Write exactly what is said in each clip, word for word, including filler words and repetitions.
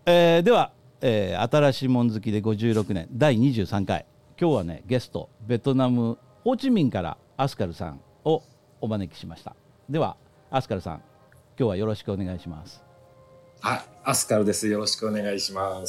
えー、では、えー、新しいもん好きでごじゅうろくねんだいにじゅうさんかい、今日はねゲストベトナムホーチミンからアスカルさんをお招きしました。ではアスカルさん、今日はよろしくお願いします。 はい、アスカルです。よろしくお願いします。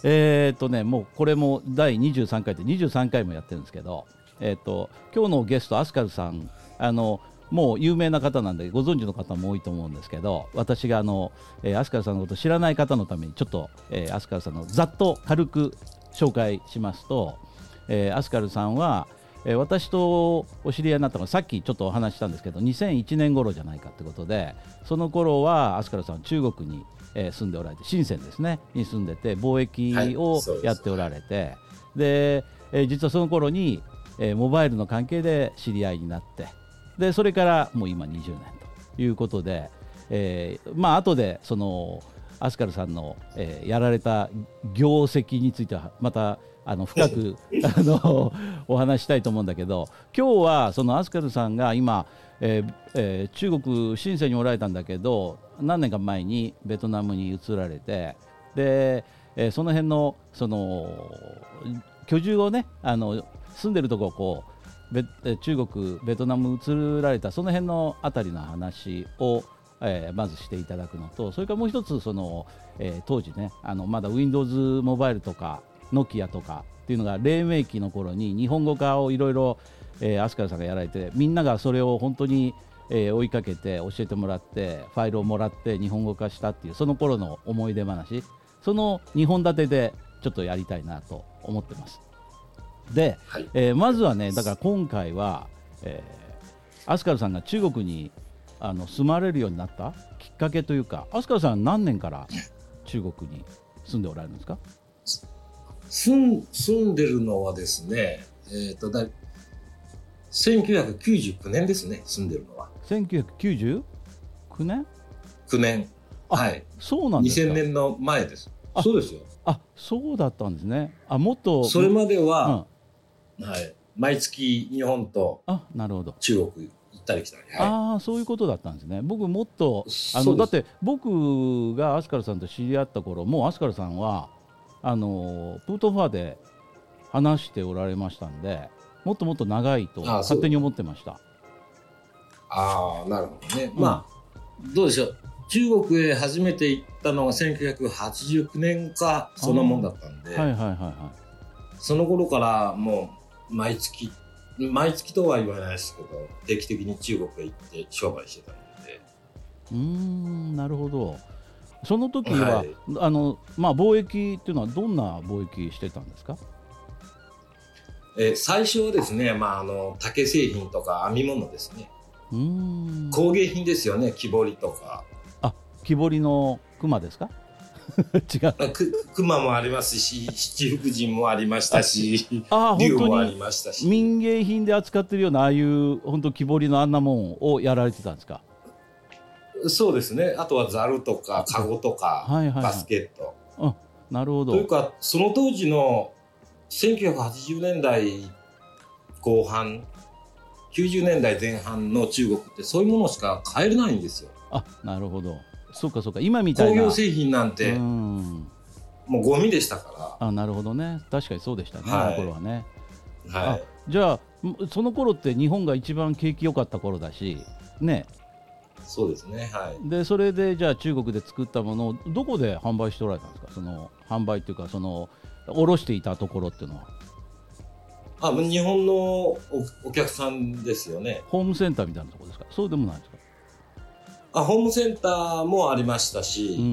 えーとねもうこれもだいにじゅうさんかいってにじゅうさんかいもやってるんですけど、えーと今日のゲストアスカルさん、あのもう有名な方なんでご存知の方も多いと思うんですけど、私があの、えー、アスカルさんのことを知らない方のためにちょっと、えー、アスカルさんのざっと軽く紹介しますと、えー、アスカルさんは、えー、私とお知り合いになったのがさっきちょっとお話ししたんですけどにせんいちねん頃じゃないかということで、その頃はアスカルさんは中国に、えー、住んでおられて、深センですねに住んでて貿易をやっておられて、はい、で、えー、実はその頃に、えー、モバイルの関係で知り合いになって、でそれからもう今にじゅうねんということで、えー、まあ後でそのアスカルさんの、えー、やられた業績についてはまたあの深くあのお話したいと思うんだけど、今日はそのアスカルさんが今、えーえー、中国深センにおられたんだけど何年か前にベトナムに移られて、で、えー、その辺のその居住をね、あの住んでるところをこうベ中国ベトナム移られたその辺のあたりの話を、えー、まずしていただくのと、それからもう一つその、えー、当時ねあのまだ Windows モバイルとかノキアとかっていうのが黎明期の頃に日本語化をいろいろアスカルさんがやられて、みんながそれを本当に、えー、追いかけて教えてもらってファイルをもらって日本語化したっていうその頃の思い出話、そのにほん立てでちょっとやりたいなと思ってます。で、はい、えー、まずはねだから今回は、えー、アスカルさんが中国にあの住まれるようになったきっかけというか、アスカルさんは何年から中国に住んでおられるんですか？ 住ん、住んでるのはですね、えー、とだせんきゅうひゃくきゅうじゅうきゅうねんですね。住んでるのはせんきゅうひゃくきゅうじゅうきゅうねんきゅうねん、はい、 そうなんですか。 にせんねんの前です。そうですよ。 あ、そうだったんですね。あ、もっとそれまでは、うん、はい、毎月日本と中国行ったり来たり、はい、 ああそういうことだったんですね。僕もっとあのだって僕がアスカルさんと知り合った頃、もうアスカルさんはあのプートファーで話しておられましたんで、もっともっと長いと勝手に思ってました。 ああなるほどね、うん、まあどうでしょう、中国へ初めて行ったのがせんきゅうひゃくはちじゅうきゅうねんかそのもんだったんで、はいはいはいはい、その頃からもう毎月毎月とは言わないですけど定期的に中国へ行って商売してたので。 うーんなるほど。その時は、はい、あのまあ、貿易っていうのはどんな貿易してたんですか？ えー、最初はですね、まあ、あの竹製品とか編み物ですね。うーん工芸品ですよね。木彫りとか。 あ、木彫りの熊ですか？違う。 く熊もありますし七福神もありましたし竜もありましたし、 民芸品で扱ってるようなああいう本当木彫りのあんなもんをやられてたんですか？ そうですね。あとはザルとかカゴとか、はいはいはい、バスケット。 あ、なるほど。 というかその当時のせんきゅうひゃくはちじゅうねんだいこう半きゅうじゅうねんだいぜん半の中国ってそういうものしか買えれないんですよ。 あ、なるほど。そうかそうか。今みたいな工業製品なんてうんもうゴミでしたから。 あ、なるほどね。確かにそうでしたね、はい、あの頃はね、 はい、 あじゃあその頃って日本が一番景気良かった頃だしね。 そうですね、はい、 でそれでじゃあ中国で作ったものをどこで販売しておられたんですか？その販売っていうかその卸していたところっていうのは。 あ、日本の お, お客さんですよね。 ホームセンターみたいなところですか？そうでもないですか？ あ、ホームセンターもありましたし、うん、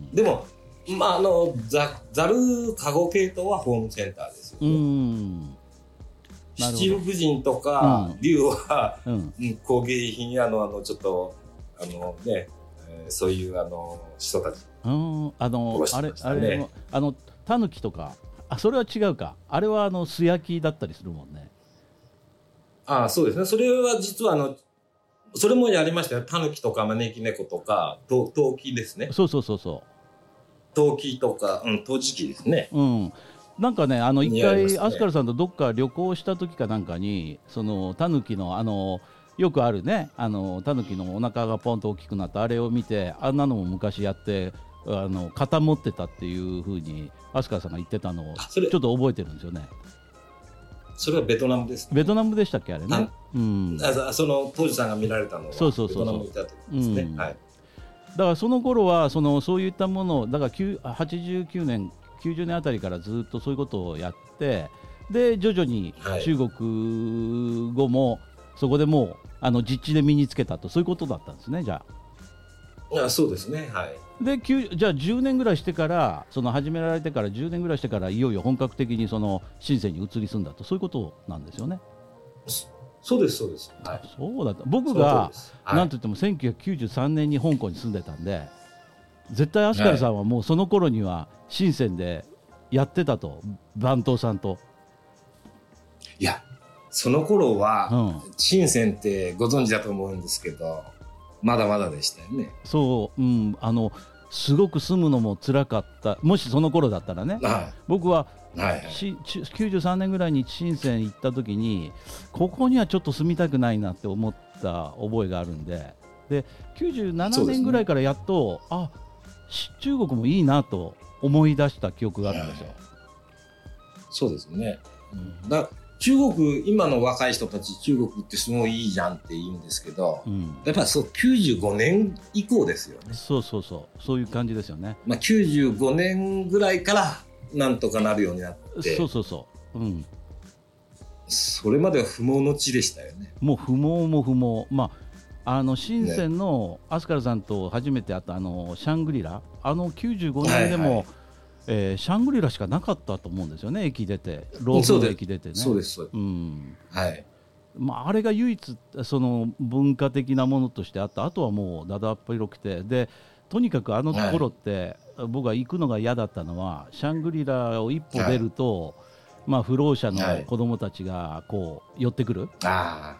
でも、まあ、あのざざるカゴ系統はホームセンターですよね。うん、七福神とか、うん、竜は、うん、工芸品屋のあのちょっとあのね、えー、そういうあの人たち、 うん、あのあれあれあのタヌキとか、あそれは違うか、あれはあの素焼きだったりするもんね。 ああそうですね。それは実はあのそれもやりましたよ。タヌキとか招き猫とか陶器ですね。 そうそうそうそう。 陶器とか、うん、陶磁器ですね。 うん。なんかね、あの一回、ね、アスカルさんとどっか旅行した時かなんかにそのタヌキのあのよくあるね、あのタヌキのお腹がポンと大きくなったあれを見て、あんなのも昔やってあの肩持ってたっていうふうに飛鳥さんが言ってたのをちょっと覚えてるんですよね。 それはベトナムです、ね、 ベトナムでしたっけあれね。 うん、あその当時さんが見られたのはそうそうそうそうベトナムにいた時ですね、うん、はい、 だからその頃はそのそういったものだからはちじゅうきゅうねんきゅうじゅうねんあたりからずっとそういうことをやってで徐々に中国語もそこでもうあの実地で身につけたとそういうことだったんですね。じゃああそうですね、はい、 でじゃあじゅうねんぐらいしてからその始められてからじゅうねんぐらいしてからいよいよ本格的にその深センに移り住んだとそういうことなんですよね。 そうですそうです、はい、 そうだった。僕が何といってもせんきゅうひゃくきゅうじゅうさんねんに香港に住んでたんで絶対アスカルさんはもうその頃には深センでやってたと番頭さんと。 いやその頃は深センってご存知だと思うんですけどまだまだでしたよね。 そう、うん、あのすごく住むのも辛かったもしその頃だったらね、はい、僕は、はいはい、きゅうじゅうさんねんぐらいに深セン行った時にここにはちょっと住みたくないなって思った覚えがあるんでできゅうじゅうななねんぐらいからやっと、ね、あ中国もいいなと思い出した記憶があるんですよ。 そうですね、うん、だ中国今の若い人たち中国ってすごいいいじゃんって言うんですけど、うん、やっぱりそうきゅうじゅうごねん以降ですよね。 そうそうそうそういう感じですよね、 まあ、きゅうじゅうごねんぐらいからなんとかなるようになってそうそうそう、うん、 それまでは不毛の地でしたよね。 もう不毛も不毛、まあ、あの深センのアスカルさんと初めて会ったあのシャングリラあのきゅうじゅうごねんでも、はいはいえー、シャングリラしかなかったと思うんですよね。駅出てロープ駅出てねそうですそうです、 うんはいまあ、あれが唯一その文化的なものとしてあったあとはもうだだっ広くてでとにかくあの頃って、はい、僕が行くのが嫌だったのはシャングリラを一歩出ると、はいまあ、不老者の子供たちがこう寄ってくる、 はい、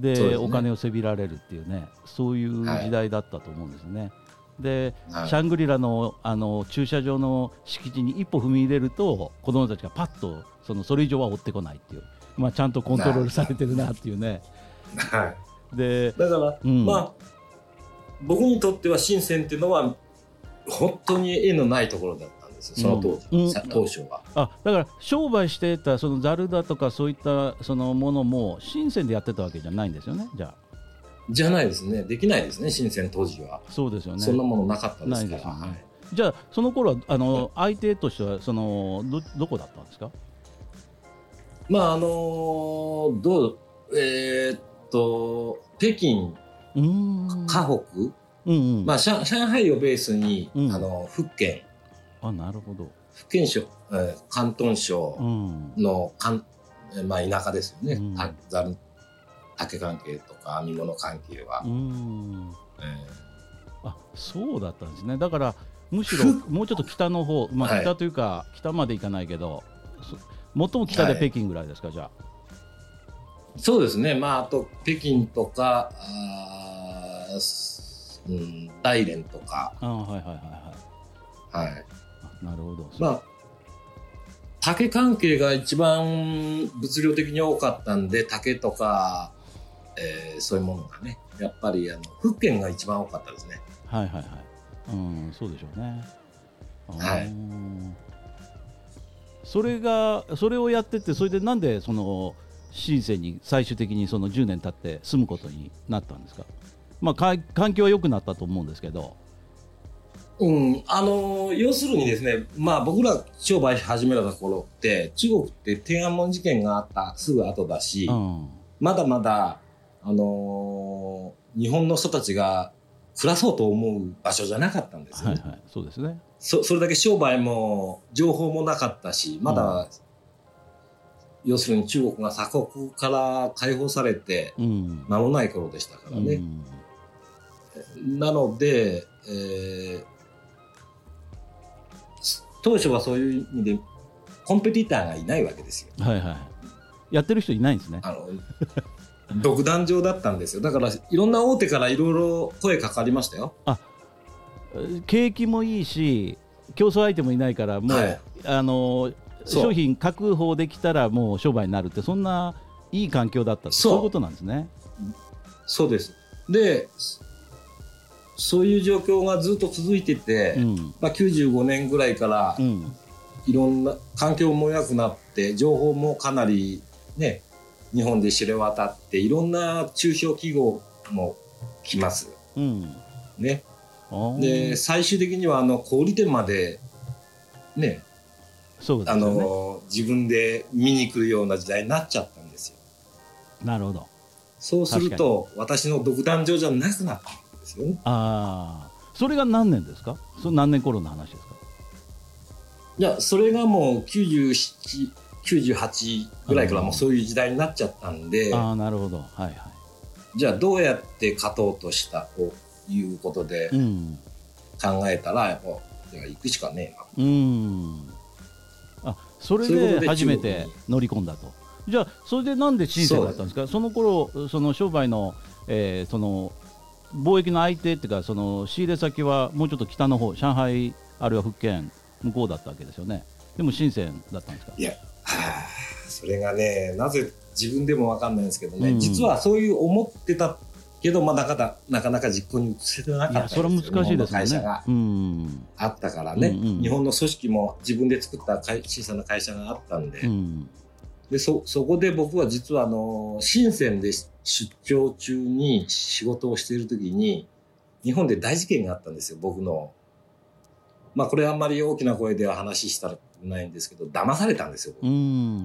で, で、ね、お金をせびられるっていうねそういう時代だったと思うんですね、はいではい、シャングリラ の, あの駐車場の敷地に一歩踏み入れると子供たちがパッと そ, のそれ以上は追ってこないっていう、まあ、ちゃんとコントロールされてるなっていうね、 はい、 でだから、うんまあ、僕にとっては深センっていうのは本当に縁のないところだったんですよその当時、うん、当初はあだから商売してたそのザルだとかそういったそのものも深センでやってたわけじゃないんですよね。じゃあじゃないですね。できないですね。深セン当時は。 そうですよね。 そんなものなかったですから。ないですよね。 はい、じゃあその頃はあの相手としてはその ど, どこだったんですか。 まああのどうえー、っと北京、 うん河北、うんうんまあ、上, 上海をベースに、うん、あの福建あなるほど福建省、えー、広東省の、うんまあ、田舎ですよね。うん、ザル竹関係とか編み物関係はうん、えー、あそうだったんですね。だからむしろもうちょっと北の方、まあ、北というか、はい、北まで行かないけど最も北で北京ぐらいですか、はい、じゃあそうですね。まああと北京とかあ、うん、大連とかあはいはいはいはいはいなるほど。 まあ竹関係が一番物量的に多かったんで竹とかえー、そういうものがねやっぱりあの福建が一番多かったですね。 はいはいはい、うん、そうでしょうね。 はいそれがそれをやっててそれでなんでその深センに最終的にそのじゅうねん経って住むことになったんですか。まあか環境は良くなったと思うんですけどうんあのー、要するにですねまあ僕ら商売始めた頃って中国って天安門事件があったすぐ後だし、うん、まだまだあのー、日本の人たちが暮らそうと思う場所じゃなかったんですよね。 はいはい、そうですね。 そ、それだけ商売も情報もなかったし、まだ、うん、要するに中国が鎖国から解放されて間もない頃でしたからね。うん、なので、えー、当初はそういう意味でコンペティターがいないわけですよ。 はいはい。やってる人いないんですね。 あの独壇場だったんですよ。だからいろんな大手からいろいろ声かかりましたよ。 あ、景気もいいし競争相手もいないからもう、はい、あの商品確保できたらもう商売になるってそんないい環境だったってそういうことなんですね。 そうです。でそういう状況がずっと続いてて、うん、まあ、きゅうじゅうごねんぐらいから、うん、いろんな環境も良くなって情報もかなりね日本で知れ渡っていろんな中小企業も来ます、うんね、で最終的にはあの小売店までね、そうですよね、あの自分で見に来るような時代になっちゃったんですよ。 なるほど。 そうすると私の独壇場じゃなくなったんですよね。 ああ、それが何年ですか？それ何年頃の話ですか？ いや、それがもうきゅうじゅうなな、きゅうじゅうはちぐらいからもうそういう時代になっちゃったんで、 ああ、なるほど、はいはい。 じゃあどうやって勝とうとしたということで考えたら、やっぱじゃあ行くしかねえな。うん。 あ、それで初めて乗り込んだと。じゃあそれでなんで深センだったんですか？ そ, その頃その商売の、えー、その貿易の相手っていうかその仕入れ先はもうちょっと北の方、上海あるいは福建向こうだったわけですよね。でも深センだったんですか？ いや、はあ、それがね、なぜ自分でも分かんないんですけどね、うん、実はそういう思ってたけど、まあ、なかなかなかなか実行に移せてなかったんですよ。 いや、それは難しいですよね。 日本の会社があったからね、うんうん、日本の組織も自分で作った小さな会社があったんで、うん、で そ, そこで僕は実はあの深センで出張中に仕事をしている時に日本で大事件があったんですよ、僕の。まあこれあんまり大きな声では話したらないんですけど、騙されたんですよ。 うん、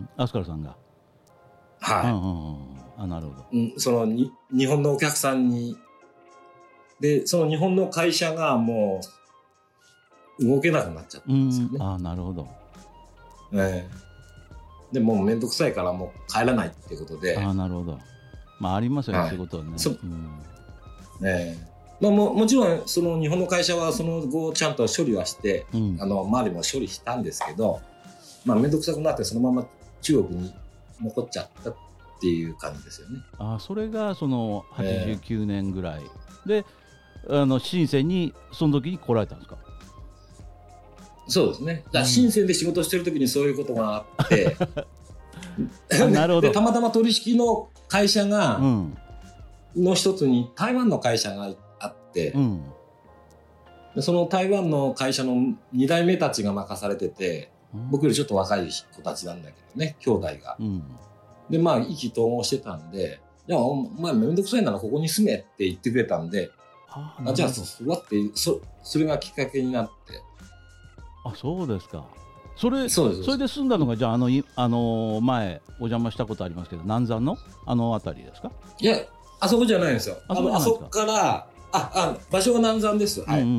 アスカルさんが。 はい、うんうんうん、あ、なるほど。 うん、そのに日本のお客さんにでその日本の会社がもう動けなくなっちゃったんですよね。 うん、あ、なるほど。 えー、でもうめんどくさいからもう帰らないっていうことで。 あ、なるほど。まあありますよね、はい、そういうことはね。そ、うん、 えーまあ、も, もちろんその日本の会社はその後ちゃんと処理はして、うん、あの周りも処理したんですけど、まあ、めんどくさくなってそのまま中国に残っちゃったっていう感じですよね。 あ、それがそのはちじゅうきゅうねんぐらい、えー、であの深センにその時に来られたんですか？ そうですね。だから深センで仕事してる時にそういうことがあって、 うん、なるほど。 でたまたま取引の会社が、うん、の一つに台湾の会社があって、うん、でその台湾の会社のに代目たちが任されてて、うん、僕よりちょっと若い子たちなんだけどね、兄弟が、うん、でまあ意気投合してたんで、いやお前めんどくさいならここに住めって言ってくれたんで、ああじゃあそうわって そ, それがきっかけになって。 あ、そうですか。それそれで住んだのがじゃああの、あの前お邪魔したことありますけど南山のあの辺りですか？ いや、あそこじゃないんですよ。あのあそこからああ場所が南山です。はい。うん、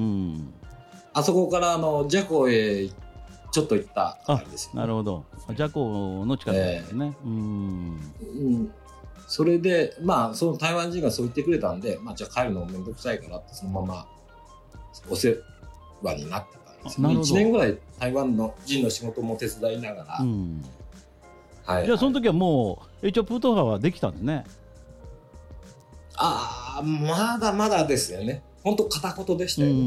あそこからあのジャコへちょっと行ったあれですよ、ね。 なるほど。ジャコの近くですね。えー、うん、 うん。それでまあその台湾人がそう言ってくれたんで、まあじゃあ帰るのめんどくさいからってそのままお世話になってたんですよ、ね。いちねんぐらい台湾の人の仕事も手伝いながら。うん、 はい。じゃあその時はもう一応プートファはできたんですね。 ああ、まだまだですよね。本当片言でしたよね。うん、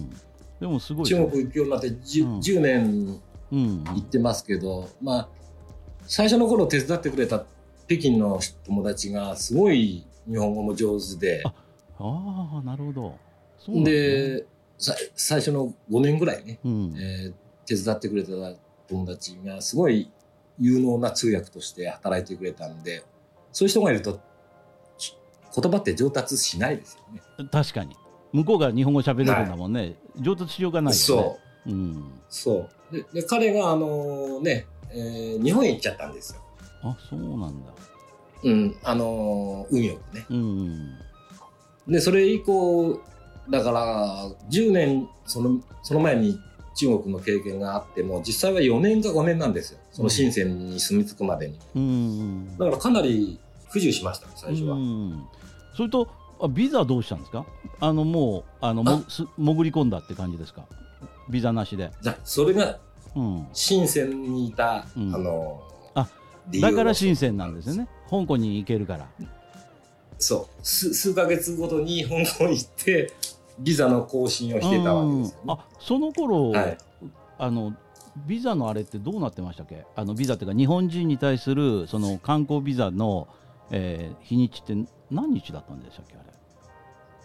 でもすごい、ね、 中国行くようになって 10,、うん、じゅうねん行ってますけど、うん、まあ最初の頃手伝ってくれた北京の友達がすごい日本語も上手で、 ああ、なるほど。 そうなんですね。で最初のごねんぐらいね、うん、えー、手伝ってくれた友達がすごい有能な通訳として働いてくれたんで、そういう人がいると言葉って上達しないですよね。 確かに向こうが日本語喋れるんだもんね、はい、上達しようがないよね。 そう、うん、そうでで彼があのね、えー、日本へ行っちゃったんですよ。 あ、そうなんだ。 うん、あの運よくね、うん、でそれ以降だからじゅうねん その、その前に中国の経験があっても実際はよねんかごねんなんですよ、その深センに住み着くまでに、うん、だからかなり不自由しました最初は。うん、 それとビザどうしたんですか？あのもうあのも潜り込んだって感じですか？ビザなしで。 じゃそれが深センにいた、うん、あのあだから深センなんですよね。香港に行けるから。 そう数、数ヶ月ごとに香港に行ってビザの更新をしてたわけですよね。 あ、その頃、はい、あのビザのあれってどうなってましたっけ？あのビザっていうか日本人に対するその観光ビザの、えー、日にちって何日だったんでしたっけ？あれ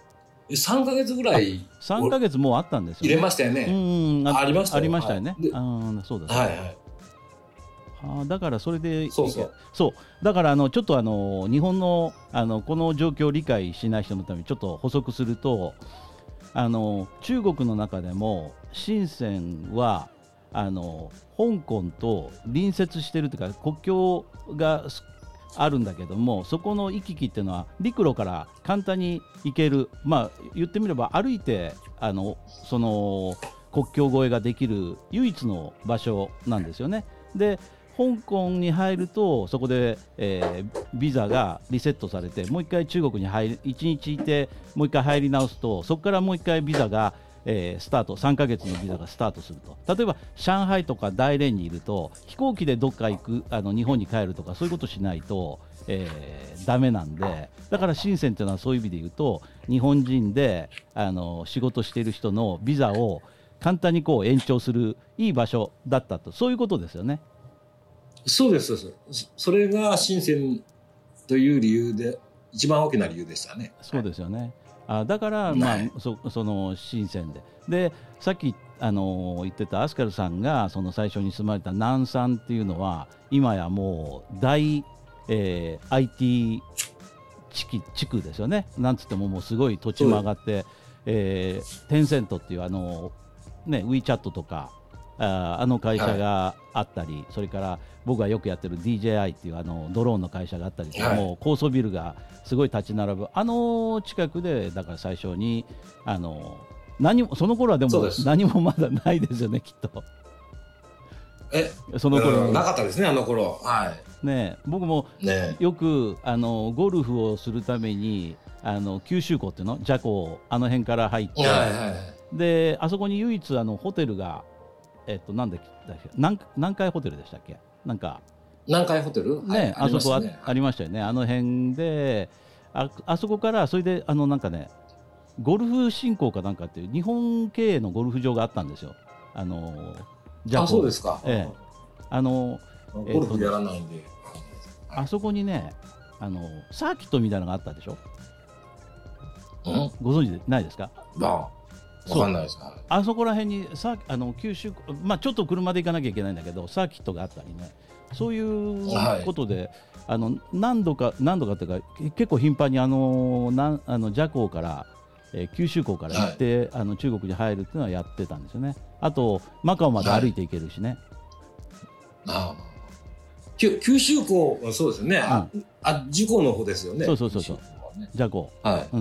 さんかげつぐらいさんかげつもうあったんですよね。 入れましたよね。 うん、 ありましたよ。 ありましたよね。 はい、 あ、そうだ、 はいはい。 あ、だからそれでそうそうそうだからあのちょっとあの日本のあのこの状況を理解しない人のためにちょっと補足すると、あの中国の中でも深センはあの香港と隣接しているというか国境があるんだけども、そこの行き来っていうのは陸路から簡単に行ける、まあ言ってみれば歩いてあのその国境越えができる唯一の場所なんですよね。で香港に入るとそこで、えー、ビザがリセットされてもう一回中国に入るいちにちいてもう一回入り直すとそこからもう一回ビザが、えー、スタートさんかげつのビザがスタートすると。例えば上海とか大連にいると飛行機でどっか行くあの日本に帰るとかそういうことしないと、えー、ダメなんで、だから深センというのはそういう意味で言うと日本人であの仕事している人のビザを簡単にこう延長するいい場所だったと、そういうことですよね。 そうですそうです。それが深センという理由で一番大きな理由でしたね。 そうですよね。あ、だから、まあ、そ, その深センででさっきあの言ってたアスカルさんがその最初に住まれた南山っていうのは今やもう大、えー、アイティー 地区, 地区ですよね。なんつってももうすごい土地も上がって、えー、テンセントっていうあの、ね、ウィーチャットとかあ, あの会社があったり、はい、それから僕がよくやってる ディージェーアイ っていうあのドローンの会社があったりとか、はい、もう高層ビルがすごい立ち並ぶあの近くで、だから最初にあの何もその頃はでも何もまだないですよねきっと。 えその頃、 うん、なかったですねあの頃、はい、 ね、僕もよく、ね、あのゴルフをするためにあの九州港っていうのジャコあの辺から入って、はいはい、であそこに唯一あのホテルがえっと、なんだっけ南南海ホテルでしたっけ、なんか南海ホテル、 ね、はい、あそこ あ, ねありましたよね、あの辺で あ, あそこからそれであのなんかねゴルフ振興かなんかっていう日本経営のゴルフ場があったんですよ。あのじゃあそうですか、 ええ、あのゴルフやらないんで、えっと、あそこにねあのサーキットみたいなのがあったでしょ、うん、ご存知でないですか。 ああわかんないですか。 あそこら辺にさあの九州、まあ、ちょっと車で行かなきゃいけないんだけどサーキットがあったりね、そういうことで、はい、あの何度か何度かというか結構頻繁にあのなあのジャコーから、えー、九州港から行って、はい、あの中国に入るっていうのはやってたんですよね。あとマカオまで歩いて行けるしね、 はい、ああ九州港そうですよね、うん、ああジコの方ですよね。 そうそうそうそう、ね、ジャコー、はい、うん、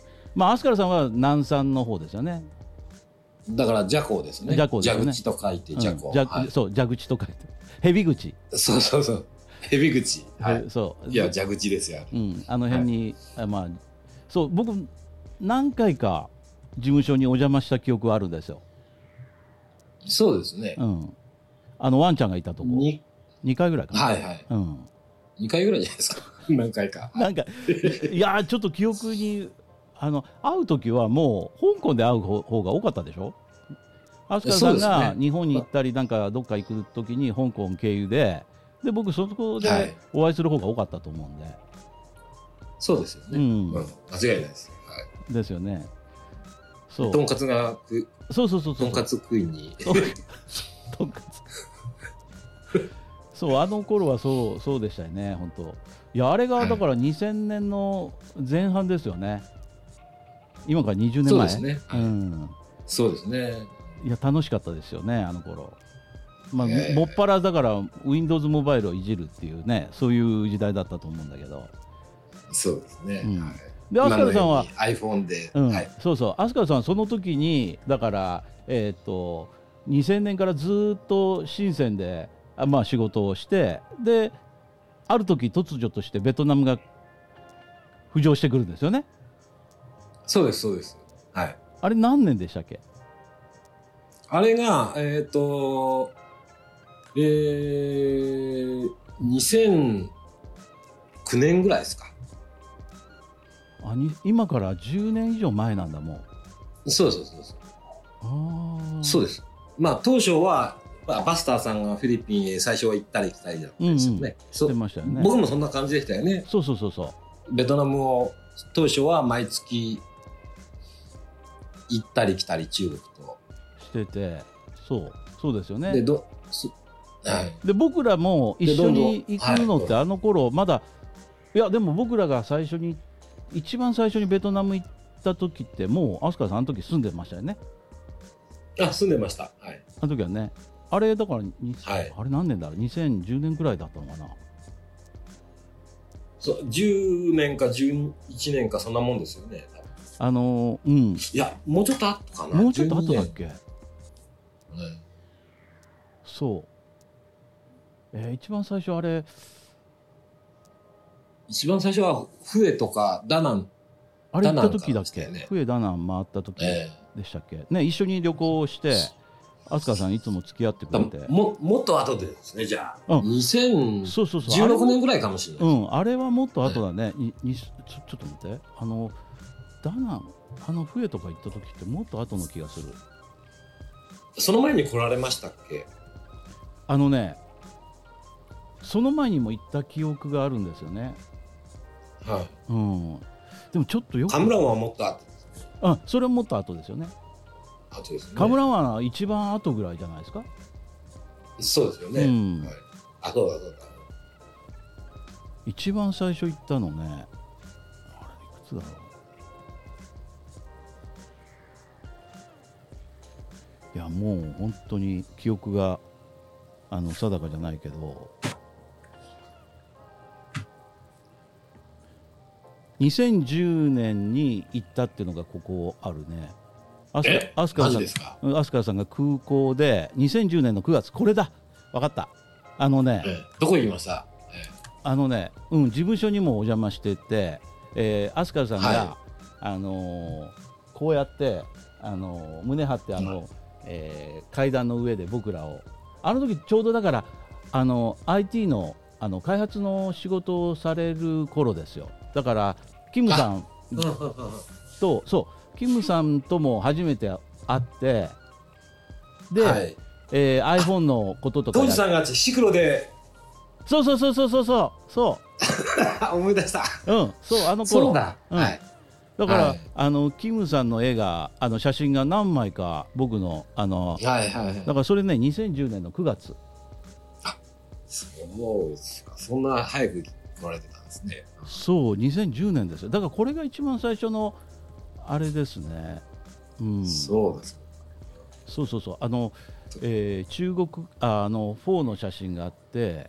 まあアスカルさんは南山の方ですよね。 だからジャコーですね。 ジャコーですね。 蛇口と書いてジャコー、 うんはい、そう蛇口と書いて蛇口。 そうそうそう蛇口、 はい、そういや蛇口ですよ、 うん、あの辺に、はい、まあそう僕何回か事務所にお邪魔した記憶はあるんですよ。 そうですね、 うん、あのワンちゃんがいたとこ 2, 2回ぐらいかな。 はいはい、うん、にかいぐらいじゃないですか何回かなんかいやちょっと記憶にあの会う時はもう香港で会う方が多かったでしょ。アスカルさんが日本に行ったりなんかどっか行く時に香港経由でで僕そこでお会いする方が多かったと思うんで、はい、 そうですよね、うんうん、間違いないです、 はい、ですよね。 そうとんかつがそうそうそうそうとんかつ食いにとんかつそうあの頃はそうそうでしたよね本当。いやあれがだからにせんねんの前半ですよね。今からにじゅうねんまえ。 そうですね、はい、うん、そうですね。 いや楽しかったですよねあの頃。まあ、もっぱらだから Windows モバイルをいじるっていうねそういう時代だったと思うんだけど。 そうですね、うん、はい、 でアスカルさんは iPhone で、 うんはい、 そうそうアスカルさんはその時にだからえっとにせんねんからずっと深センであ、まあ、仕事をしてである時突如としてベトナムが浮上してくるんですよね。 そうですそうです、はい、 あれ何年でしたっけ。 あれがえっ、ー、とえー、にせんきゅうねんぐらいですか。 あに今からじゅうねん以上前なんだもう。そうそうそうそう。あそうです。まあ当初はバスターさんがフィリピンへ最初は行ったり来たりだったんですよね。うんうん、 してましたよね。 僕もそんな感じでしたよね。 そうそうそうそう。 ベトナムを当初は毎月行ったり来たり中国としてて、そうそうですよね。 でどはい、 で僕らも一緒に行くのってあの頃まだ、いやでも僕らが最初に一番最初にベトナム行った時ってもう飛鳥さんあの時住んでましたよね。 あ、住んでました、はい、 あの時はね。あれだから、はい、あれ何年だろう、にせんじゅうねんくらいだったのかな。 そうじゅうねんかじゅういちねんかそんなもんですよね。 あのー、うん、 いやもうちょっと後かな。 もうちょっと後だっけ、うん、そう、えー、一番最初あれ一番最初はフエとかダナンあれ行った時だっけ、ね、フエダナン回った時でしたっけ、えー、ね、一緒に旅行して飛鳥さんいつも付き合ってくれて、 も, もっと後でですね、じゃあ、うん、にせんじゅうろくねんぐらいかもしれない。 うん、あれはもっと後だね、ににちょ、ちょっと待って、あのダナン、あのフエとか行った時ってもっと後の気がする。 その前に来られましたっけ？ あのね、その前にも行った記憶があるんですよね。 はい、 うん、でもちょっとよくカムランはもっと後ですね。 あ、それはもっと後ですよね。 後ですね。 カムランは一番後ぐらいじゃないですか。 そうですよね、うん、はい、あ、そうだそうだ。 一番最初行ったのね、あれいくつだろう。いやもう本当に記憶があの定かじゃないけど、にせんじゅうねんに行ったっていうのがここあるね。飛鳥さん、さんが空港でにせんじゅうねんのくがつ、これだ、分かった。あのね、 えどこ行きました？えあのね、うん、事務所にもお邪魔してて、えー、飛鳥さんが、はい、あのー、こうやってあのー、胸張ってあの、えー、階段の上で僕らを、あの時ちょうどだからあの アイティー の, あの開発の仕事をされる頃ですよ。だからキムさんと、そうキムさんとも初めて会ってで、はい、えー、iPhone のこととか、 当時さんがシクロで、 そうそうそうそうそうそうそう思い出した。 うん、そうあの頃そうだ、うん、はい、 だから、はい、あのキムさんの絵が、あの写真が何枚か僕のあの、 はいはいはい、 だからそれねにせんじゅうねんのくがつ。 あ、そうですか、そんな早く来られてたんですね。 そうにせんじゅうねんですよ。だからこれが一番最初のあれですね。うん、 そうです。 そうそうそう、あの、えー、中国ああのフォーの写真があって、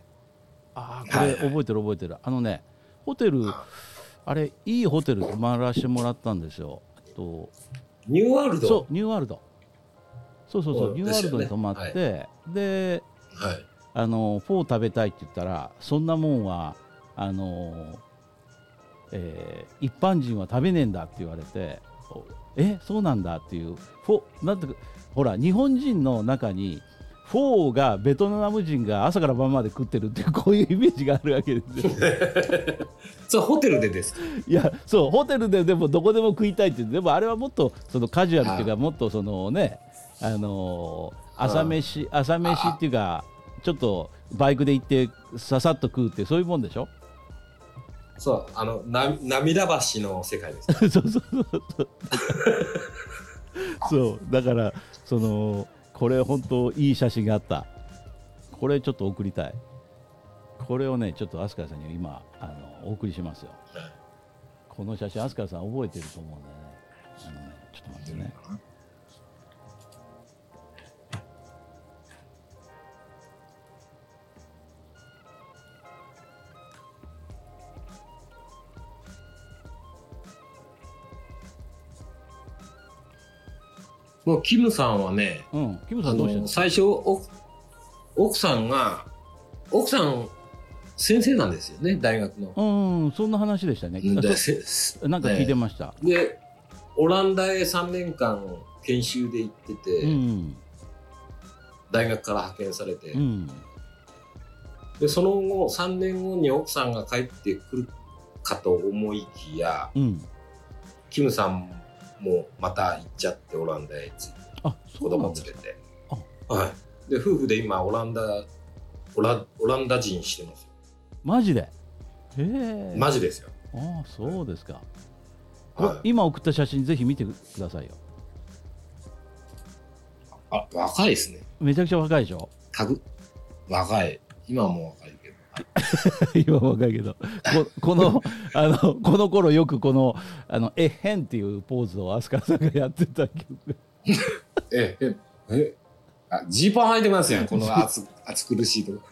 あこれ覚えてる覚えてる、あのねホテル、あれいいホテル泊まらせてもらったんですよ。とニューワールド、 そうニューワールド、そうそうそう、ニューワールドに泊まって、はい、で、はい、あのフォー食べたいって言ったら、そんなもんはあの、えー、一般人は食べねえんだって言われて、えそうなんだっていう、フォなんてほら日本人の中にフォーがベトナム人が朝から晩まで食ってるっていう、こういうイメージがあるわけですよ。 そうホテルでですか？ いやそうホテルででもどこでも食いたいって、でもあれはもっとそのカジュアルっていうか、もっとそのね、あのー、朝飯朝飯っていうか、ちょっとバイクで行ってささっと食うって、そういうもんでしょ。 そうあのな涙橋の世界です、ね、 そうそうそうそうそうだからそのこれ本当いい写真があった。これちょっと送りたい。これをねちょっと飛鳥さんに今あのお送りしますよ。この写真飛鳥さん覚えてると思うんでね。あのねちょっと待ってね。 もうキムさんはね、 うん、キムさんどうしてんの？ 最初奥さんが奥さん先生なんですよね、大学の。 うん、そんな話でしたね。なんか聞いてました。 ね、でオランダへさんねんかん研修で行ってて、うん、大学から派遣されて、うん、でその後さんねんごに奥さんが帰ってくるかと思いきや、うん、キムさんもまた行っちゃって、オランダへ着いて子供連れて、はい、で夫婦で今オランダオラオランダ人してますよ。 マジで？へえ。 マジですよ。 ああそうですか。はい、今送った写真ぜひ見てくださいよ。 あ、若いですね。 めちゃくちゃ若いでしょ。 かぐ若い。今はもう若いけど。 今は若いけど、こ, このあのこの頃よくこのあのえっへんっていうポーズを飛鳥さんがやってた記憶。 えええあ、ジーパン履いてますやん、この暑暑苦しいとこ。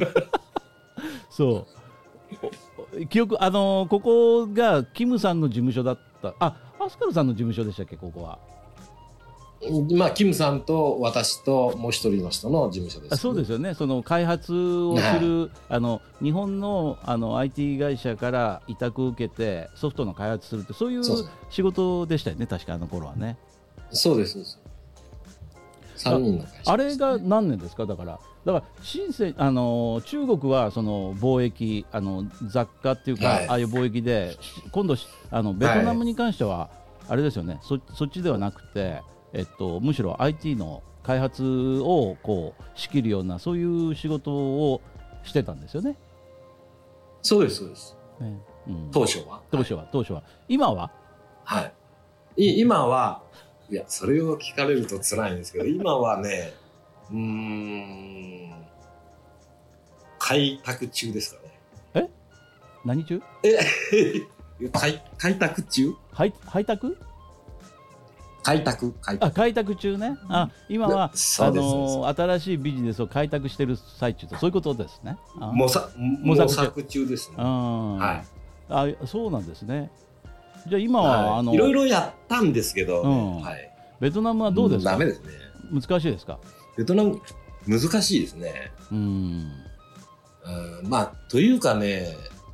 そう記憶、あのここがキムさんの事務所だった。あ、飛鳥さんの事務所でしたっけ、ここは。 まあキムさんと私ともう一人の人の事務所です、ね。 あ、そうですよね。その開発をする、はい、あの日本のあの アイティー 会社から委託を受けてソフトの開発するって、そういう仕事でしたよね、確かあの頃はね。 そうですそうです。さんにんの会社です、ね、 あれが何年ですか。だからだから深セン、あの中国はその貿易、あの雑貨っていうか、はい、ああいう貿易で、今度あのベトナムに関してはあれですよね、はい、そ, そっちではなくて、えっと、むしろ アイティー の開発をこう仕切るような、そういう仕事をしてたんですよね。 そうですそうです、 ね、うん、 当初は当初は、はい、当初は今は、 はい、今はいや、それを聞かれると辛いんですけど、今はね、うーん、開拓中ですかね。 え何中え開開拓中はい開拓開拓開拓あ開拓中ね。あ、今は、あのー、新しいビジネスを開拓している最中と、そういうことですね。 模索模索中ですね。 はい、あ、そうなんですね。じゃあ今は、はい、あのいろいろやったんですけど、ね、 うん、 はい、 ベトナムはどうですか。 ダメですね。 難しいですか。 ベトナム難しいですね。 うん、 うん、まあというかね、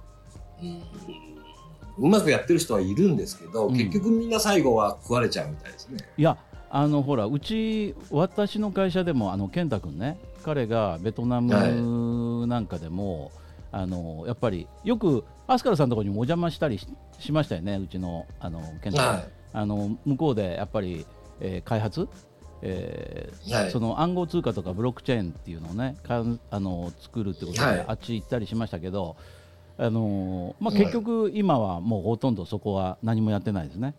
うん、うまくやってる人はいるんですけど、うん、結局みんな最後は食われちゃうみたいですね。 いや、あのほら、うち私の会社でもあの健太君ね、彼がベトナムなんかでも、はい、あのやっぱりよく飛鳥さんのところにもお邪魔したり し, しましたよね、うちのあの健太君、はい、あの向こうでやっぱり、えー、開発、えーはい、その暗号通貨とかブロックチェーンっていうのをね、かあの作るってことで、はい、あっち行ったりしましたけど、あのまあ、結局今はもうほとんどそこは何もやってないですね。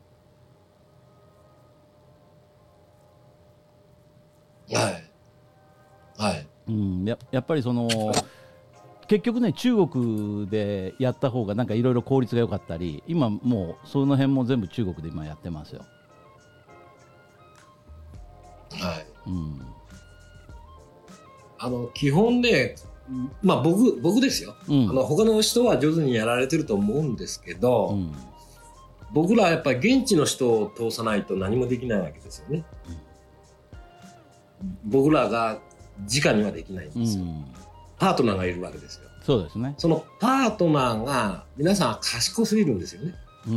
はいはい、 うん、や, やっぱりその結局ね、中国でやった方がなんかいろいろ効率が良かったり、今もうその辺も全部中国で今やってますよ。 はい、 うん、 あの基本ね、まあ僕僕ですよ、うん、あの他の人は上手にやられてると思うんですけど、うん、僕らはやっぱり現地の人を通さないと何もできないわけですよね、うん、僕らが直にはできないんですよ、うん、パートナーがいるわけですよ。 そうですね。 そのパートナーが皆さん賢すぎるんですよね、 うん、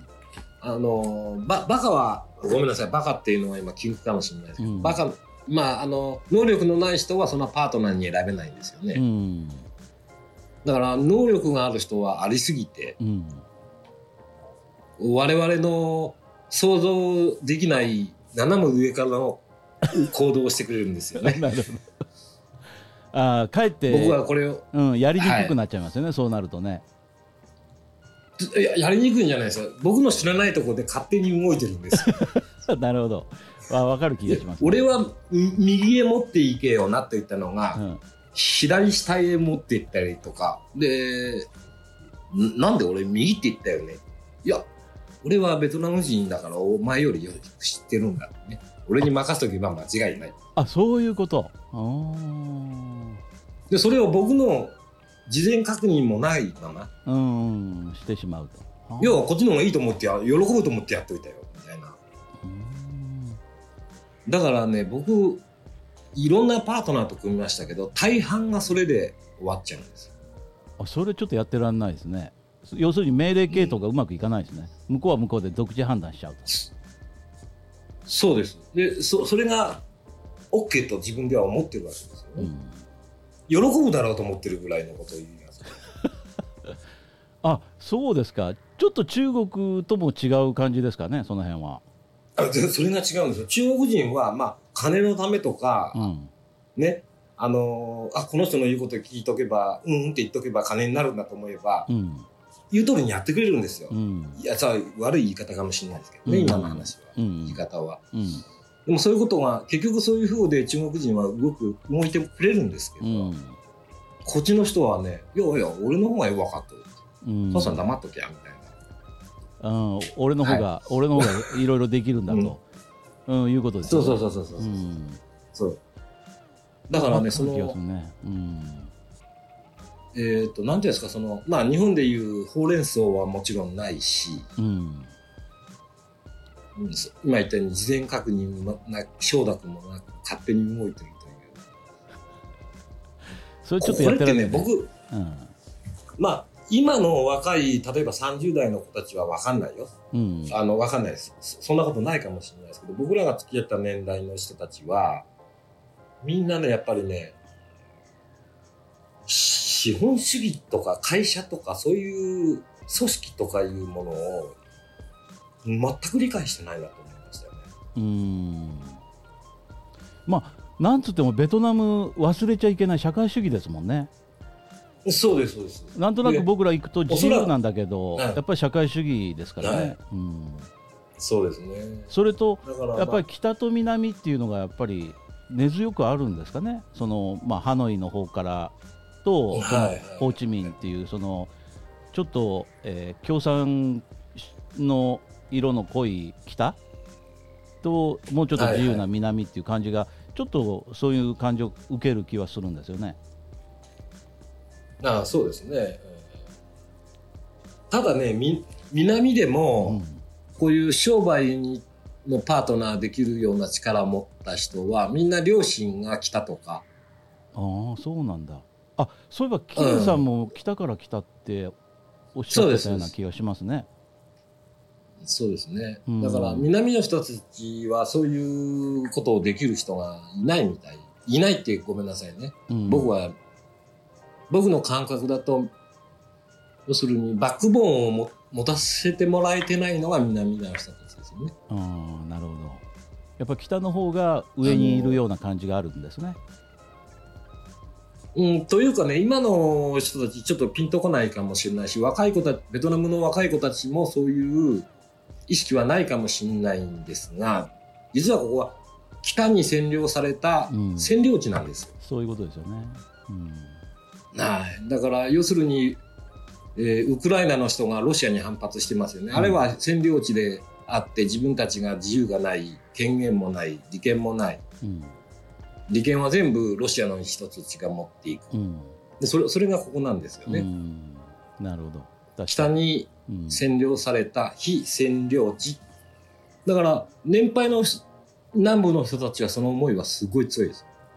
あのバカはごめんなさい、バカっていうのは今禁句かもしれないですけど、うん、バカ、まあ、あの能力のない人はそんなパートナーに選べないんですよね、うん、だから能力がある人はありすぎて、うん、我々の想像できない斜め上からの行動をしてくれるんですよね。 なるほど。あ、かえって僕はこれを、 うん、やりにくくなっちゃいますよね、はい、そうなるとね。 や, やりにくいんじゃないですよ。僕の知らないところで勝手に動いてるんですよ。 なるほど、あ、分かる気がします、ね、 俺は右へ持っていけよなって言ったのが、うん、左下へ持っていったりとかで、なんで俺右って言ったよね、いや俺はベトナム人だからお前よりよく知ってるんだってね、俺に任せとけば間違いない。 あ、そういうこと。あでそれを僕の事前確認もないまま、 うん、してしまうと。 要はこっちの方がいいと思ってや喜ぶと思ってやっといたよみたいな。うん、だからね、僕いろんなパートナーと組みましたけど、大半がそれで終わっちゃうんですよ。 あ、それちょっとやってらんないですね。要するに命令系統がうまくいかないですね、うん、向こうは向こうで独自判断しちゃうと。 そうです。で そ, それが OK と自分では思ってるわけですよね、うん、喜ぶだろうと思ってるぐらいのことを言います。 あ、そうですか。ちょっと中国とも違う感じですかね、その辺は。 あ、それが違うんですよ。中国人は、まあ、金のためとか、うん、ね、あのー、あ、この人の言うことを聞いとけば、うんって言っとけば金になるんだと思えば、うん、言う通りにやってくれるんですよ、うん、いやさ、悪い言い方かもしれないですけどね、うん、今の話は、うん、言い方は、うん、 でもそういうことが結局そういう風で中国人は動く動いてくれるんですけど、うん、こっちの人はね、いやいや俺の方がよく分かってる、うん、父さん黙っときゃみたいな、うん、俺の方が、はい、俺の方がいろいろできるんだと、うんうん、いうことですよね。 そうそうそうそうそう、うん、そうだからね、その、ね、うん、えっ、ー、となんていうんですか、そのまあ日本でいうほうれん草はもちろんないし、うん今言ったように事前確認もなく承諾もなく勝手に動いてるという、 それちょっとやってられない、 これってね僕、うん、まあ今の若い例えばさんじゅう代の子たちは分かんないよ、うん、あの分かんないです、そんなことないかもしれないですけど、僕らが付き合った年代の人たちはみんなねやっぱりね資本主義とか会社とかそういう組織とかいうものを全く理解してないなと思いましたよね。うーん、 まあなんつってもベトナム忘れちゃいけない社会主義ですもんね。 そうですそうです。 なんとなく僕ら行くと自由なんだけど、やっぱり社会主義ですからね、はい、うん、 そうですね。 それとやっぱり北と南っていうのがやっぱり根強くあるんですかね。その、まあ、ハノイの方からと、はい、ホーチミンっていうそのちょっと、えー、共産の色の濃い北ともうちょっと自由な南っていう感じが、はいはい、ちょっとそういう感じを受ける気はするんですよね。 ああ、そうですね。ただね、み南でも、うん、こういう商売にのパートナーできるような力を持った人はみんな両親が北とか。 ああ、そうなんだ。あ、そういえば金さんも北から来たっておっしゃってたような気がしますね。 そうですね。だから南の人たちはそういうことをできる人がいないみたい。いないってごめんなさいね。うん、僕は僕の感覚だと要するにバックボーンをも持たせてもらえてないのが南の人たちですよね。 ああ、なるほど。やっぱ北の方が上にいるような感じがあるんですね。 うん、というかね、今の人たちちょっとピンとこないかもしれないし、若い子たち、ベトナムの若い子たちもそういう意識はないかもしれないんですが、実はここは北に占領された占領地なんですよ、 うん、そういうことですよね、うん、 はい。だから要するに、えー、ウクライナの人がロシアに反発してますよね、うん、あれは占領地であって自分たちが自由がない、権限もない、利権もない、うん、利権は全部ロシアの人たちが持っていく、うん、でそれ、それがここなんですよね、うん、 なるほど。 北に占領された非占領地、だから年配の南部の人たちはその思いはすごい強いです、 うん、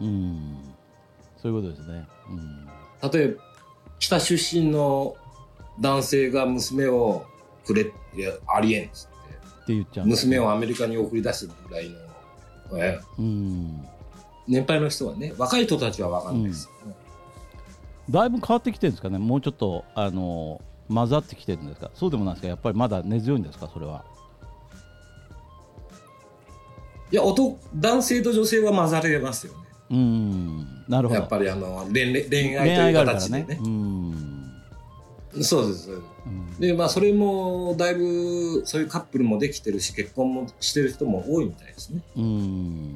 そういうことですね、うん、 例えば北出身の男性が娘をくれ、いやありえんっつってって言っちゃう、 娘をアメリカに送り出すぐらいの、えうん、年配の人はね、若い人たちは分かんないです、うん、 だいぶ変わってきてるんですかね。もうちょっとあの混ざってきてるんですか。そうでもないですか。やっぱりまだ根強いんですか、それは。 いや、男男性と女性は混ざれますよね。 うーん、なるほど。 やっぱりあの 恋, 恋愛という形でね。ね、うん、そうです、うん、で、まあそれもだいぶそういうカップルもできてるし結婚もしてる人も多いみたいですね。うん、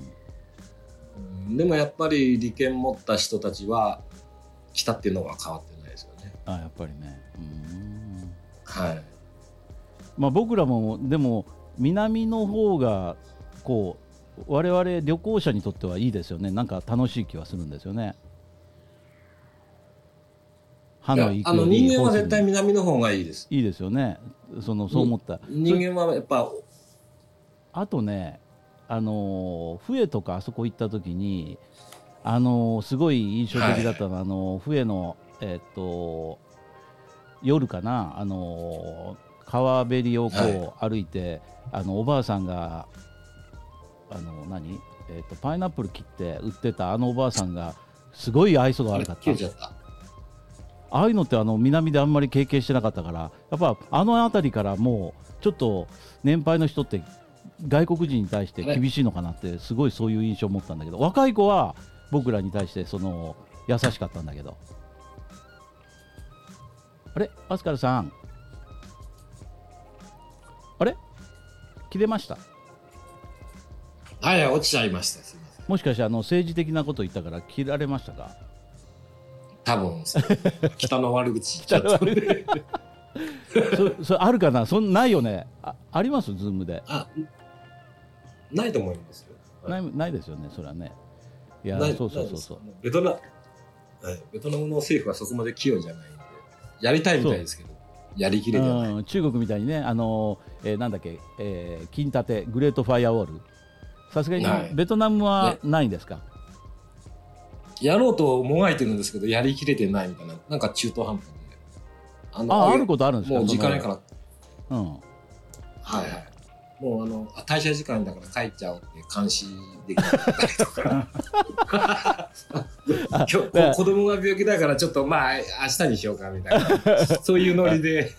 でもやっぱり利権持った人たちは北っていうのは変わってないですよね。 あ、やっぱりね。うーん、 はい。 まあ僕らもでも南の方がこう我々旅行者にとってはいいですよね。なんか楽しい気はするんですよね。ハノイ行くより、 あの人間は絶対南の方がいいです。 いいですよね。そのそう思った。 人間はやっぱあとね、あのフエとかあそこ行った時に、あのすごい印象的だったのは、はい、あのフエのえっと夜かな、あの川べりをこう歩いて、はい、あのおばあさんがあの何、えー、とパイナップル切って売ってたあのおばあさんがすごい愛想が悪かった。ああいうのってあの南であんまり経験してなかったから、やっぱあの辺りからもうちょっと年配の人って外国人に対して厳しいのかなって、すごいそういう印象を持ったんだけど、若い子は僕らに対してその優しかったんだけど。あれ、アスカルさん、あれ切れました。 はい落ちちゃいました。すいません。 もしかしてあの政治的なこと言ったから切られましたか？ 多分北の悪口言っちゃったそ, それあるかな。そんないよね。 あ, ありますズームで。 あないと思いますよ。 ない、ないですよねそれはね。いやそうそうそうそう。 ベトナ、はい、ベトナムの政府はそこまで器用じゃないんでやりたいみたいですけどやりきれてない、 うん、中国みたいにねあの、えー、なんだっけ、えー、金立てグレートファイアウォールさすがにベトナムはないんですか？ やろうともがいてるんですけどやりきれてないみたいななんか中途半端であの あ, あることあるんですか？ もう時間やからうんはいはいもうあの退社時間だから帰っちゃおうって監視できなかったりとか今日子供が病気だからちょっとまあ明日にしようかみたいなそういうノリで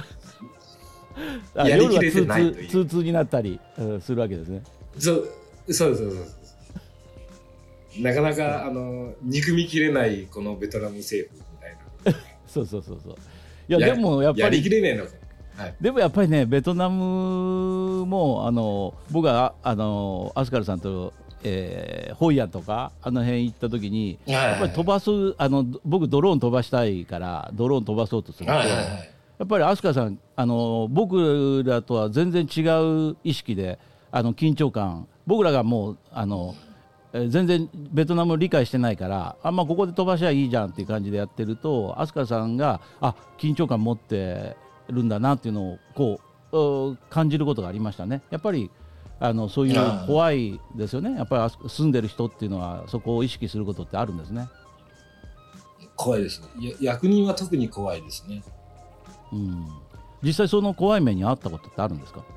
やりきれてないという通通になったり、うん、するわけですね。 そうそうそうそうなかなかあの憎みきれないこのベトナム政府みたいなそうそうそうそういやでもやっぱりやりきれねえのかはい、 でもやっぱりねベトナムもあの僕はあのアスカルさんと、えー、ホイアンとかあの辺行った時に、はいはいはい、やっぱり飛ばすあの僕ドローン飛ばしたいからドローン飛ばそうとすると、はいはいはい、やっぱりアスカルさんあの僕らとは全然違う意識であの緊張感僕らがもうあの、えー、全然ベトナムを理解してないからあんまここで飛ばしゃいいじゃんっていう感じでやってるとアスカルさんがあ緊張感持ってるんだなっていうのをこう感じることがありましたね。やっぱりあのそういう怖いですよね。やっぱり住んでる人っていうのはそこを意識することってあるんですね。 怖いですね。役人は特に怖いですね。 うん、実際その怖い目に遭ったことってあるんですか？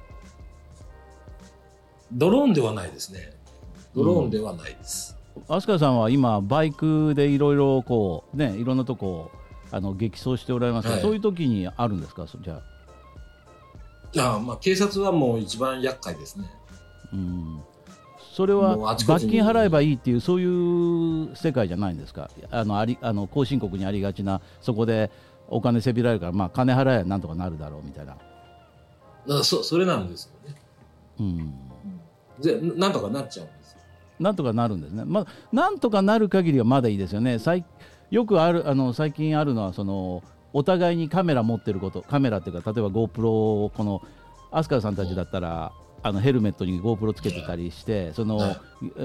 ドローンではないですね。ドローンではないです。 飛鳥さんは今バイクでいろいろこうねいろんなとこあの激走しておられますが、はい、そういう時にあるんですか？じゃああ、まあ警察はもう一番厄介ですね。 うん、それは罰金払えばいいっていうそういう世界じゃないんですか？あのありあの後進国にありがちなそこでお金せびられるから、まあ、金払えばなんとかなるだろうみたいな。 あ そ, それなんですよね。うん、でなんとかなっちゃうんですよ。 なんとかなるんですね。まあ、なんとかなる限りはまだいいですよね。最よくあるあの最近あるのはそのお互いにカメラ持ってることカメラっていうか例えば GoPro をこのアスカルさんたちだったら、うん、あのヘルメットに GoPro つけてたりして、うん、その、はい、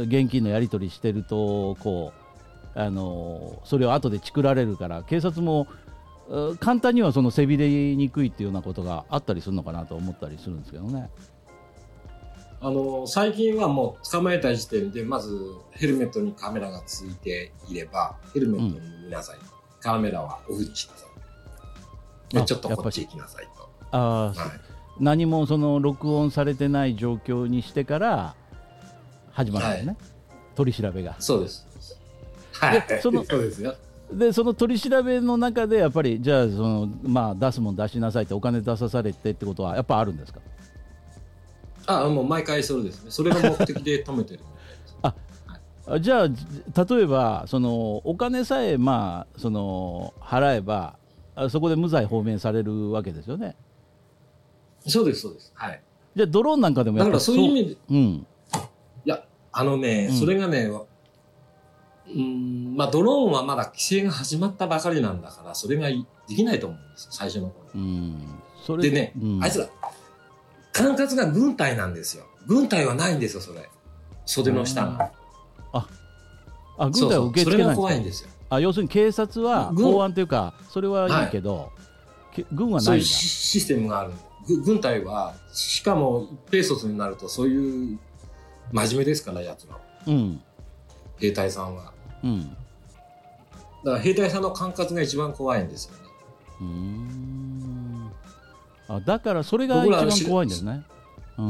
現金のやり取りしてるとこうあのそれを後でチクられるから警察も簡単にはそのせびれにくいっていうようなことがあったりするのかなと思ったりするんですけどね。 あの最近はもう捕まえた時点でまずヘルメットにカメラがついていればヘルメットに見なさい、うん、カメラはオフにしなさいでちょっとこっち行きなさいとあ、 はい、何もその録音されてない状況にしてから始まるんですね、はい、取り調べが。 そうです、はい、 でそのそうですよ。 でその取り調べの中でやっぱりじゃあその、まあ、出すもん出しなさいってお金出さされてってことはやっぱあるんですか？ あもう毎回そうですね。それが目的で止めてるあ、はい、じゃあ例えばそのお金さえ、まあ、その払えばそこで無罪放免されるわけですよね。 そうですそうです、はい、 じゃあドローンなんかでもやっぱりそういう意味で、 うん、 いやあのね、うん、それがねうんまあドローンはまだ規制が始まったばかりなんだからそれができないと思うんですよ最初の頃、うん、それでね、うん、あいつら管轄が軍隊なんですよ。軍隊はないんですよそれ袖の下がああ軍隊は受け付けないんですか？それが怖いんですよ。 あ要するに警察は公安というかそれはいいけど、はい、軍はないんだ。そういうシステムがある。軍隊はしかもペーソスになるとそういう真面目ですからやつら、うん、兵隊さんは、うん、だから兵隊さんの管轄が一番怖いんですよね。うーんあだからそれが一番怖いんですね。うん、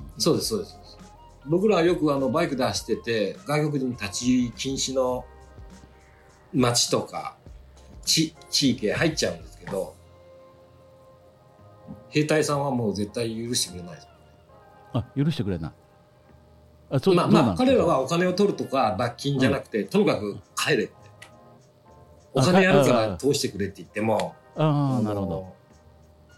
そうですそうです。僕らはよくあのバイクで走ってて外国人立ち入り禁止の町とか地域へ入っちゃうんですけど兵隊さんはもう絶対許してくれないです。 あ許してくれない。 あそうまあまあ彼らはお金を取るとか罰金じゃなくて、うん、とにかく帰れってお金やるから通してくれって言ってもああなるほど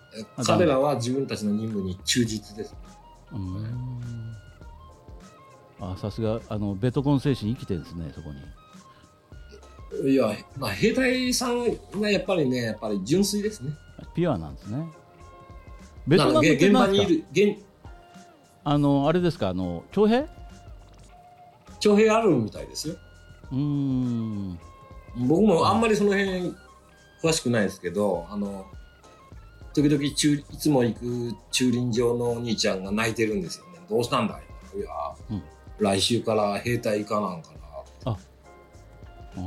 彼らは自分たちの任務に忠実です。うーんあ、さすがあのベトコン精神生きてるんですね、そこに。 いや、まあ、兵隊さんはやっぱりね、やっぱり純粋ですね。 ピュアなんですね。ベトナムって現場何ですか？ にいる現あのあれですか、あの徴兵？ 徴兵あるみたいですよ。 うーん。 僕もあんまりその辺詳しくないですけど、あの時々駐いつも行く駐輪場のお兄ちゃんが泣いてるんですよね。どうしたんだい？いや、うん、来週から兵隊行かなんかな。ああ、うん、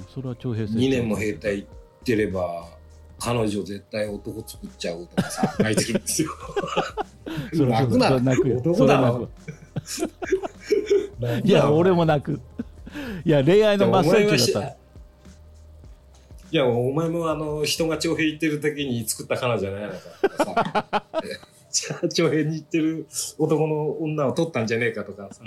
それは徴兵制。 にねんも兵隊行ってれば彼女絶対男作っちゃうとかさ泣いてるんですよ。泣くなら男だろ。 いや俺も泣く。いや恋愛の真っ最中だった。 いやお前もあの人が徴兵行ってる時に作った彼女じゃないのかとかさじゃあ徴兵に行ってる男の女を取ったんじゃねえかとかさ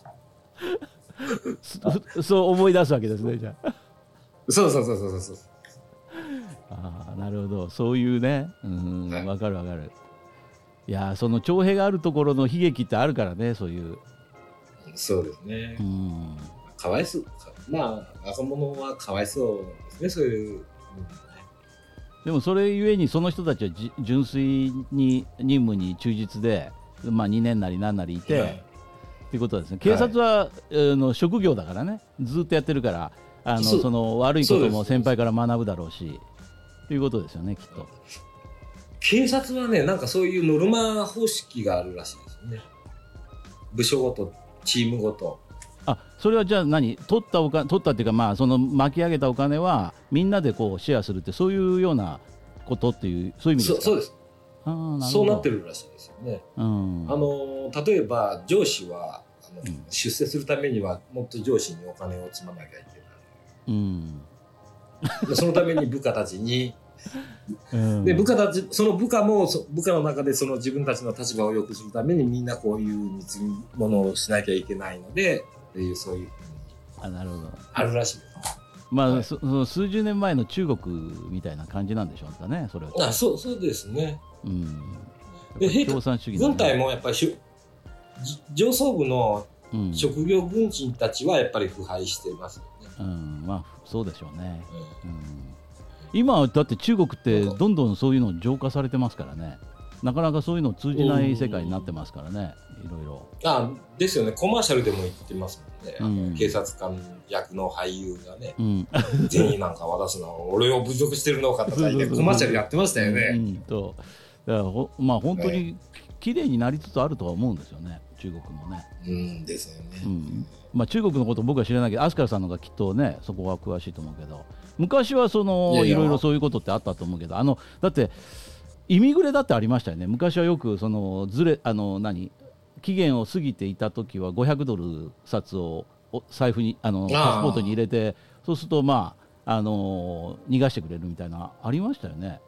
そ, そう思い出すわけですね。じゃあそうそうそうそうそう。 ああ、なるほど、そういうね、うん、はい、分かる分かる。いやその徴兵があるところの悲劇ってあるからね、そういう。 そうですね、うん、かわいそう、まあ若者はかわいそうですね、そういう、うん、 でもそれゆえにその人たちはじ純粋に任務に忠実で、まあ、にねんなり何なりいて、はい、っていうことですね。警察は、はい、あの職業だからね、ずっとやってるから、あの そ, その悪いことも先輩から学ぶだろうしということですよね、きっと。 警察はね、なんかそういうノルマ方式があるらしいですよね。部署ごと、チームごと。 あ、それはじゃあ何、取ったお金、取ったっていうか、まあその巻き上げたお金はみんなでこうシェアするって、そういうようなことっていう、そういう意味ですか？ そ, そうです。 あ、なるほど。 そうなってるらしいですよね。 うん、あの例えば上司はあの、うん、出世するためにはもっと上司にお金を積まなきゃいけない。うん、そのために部下たちにうん、で部下たち、その部下も部下の中でその自分たちの立場を良くするためにみんなこういう貢ぎ物をしなきゃいけないのでっていう、そういう、 あ、なるほど、 あるらしい。 まあ、はい、そそ数十年前の中国みたいな感じなんでしょうかね、それは。 あ、そう、そうですね。 うん、 で共産主義、ね、軍隊もやっぱり上層部の職業軍人たちはやっぱり腐敗してますよね。 うん、まあそうでしょうね。うんうん、今だって中国ってどんどんそういうの浄化されてますからね、なかなかそういうの通じない世界になってますからね、いろいろ。 あ、ですよね、コマーシャルでも言ってますもんね、うん、警察官役の俳優がね、うん、善意なんか渡すのは俺を侮辱してるのかとか言ってコマーシャルやってましたよね。うんうん、とだからほ、まあ、本当に綺麗になりつつあるとは思うんですよね、中国もね。 うんですよね。うん、 まあ、中国のこと僕は知らないけど、アスカルさんの方がきっとねそこは詳しいと思うけど、昔はその い, やいやいろいろそういうことってあったと思うけど、あのだってイミグレだってありましたよね。昔はよくそのずれあの何期限を過ぎていた時はごひゃくドル札を財布にあのパスポートに入れて、そうするとまああの逃がしてくれるみたいなありましたよね。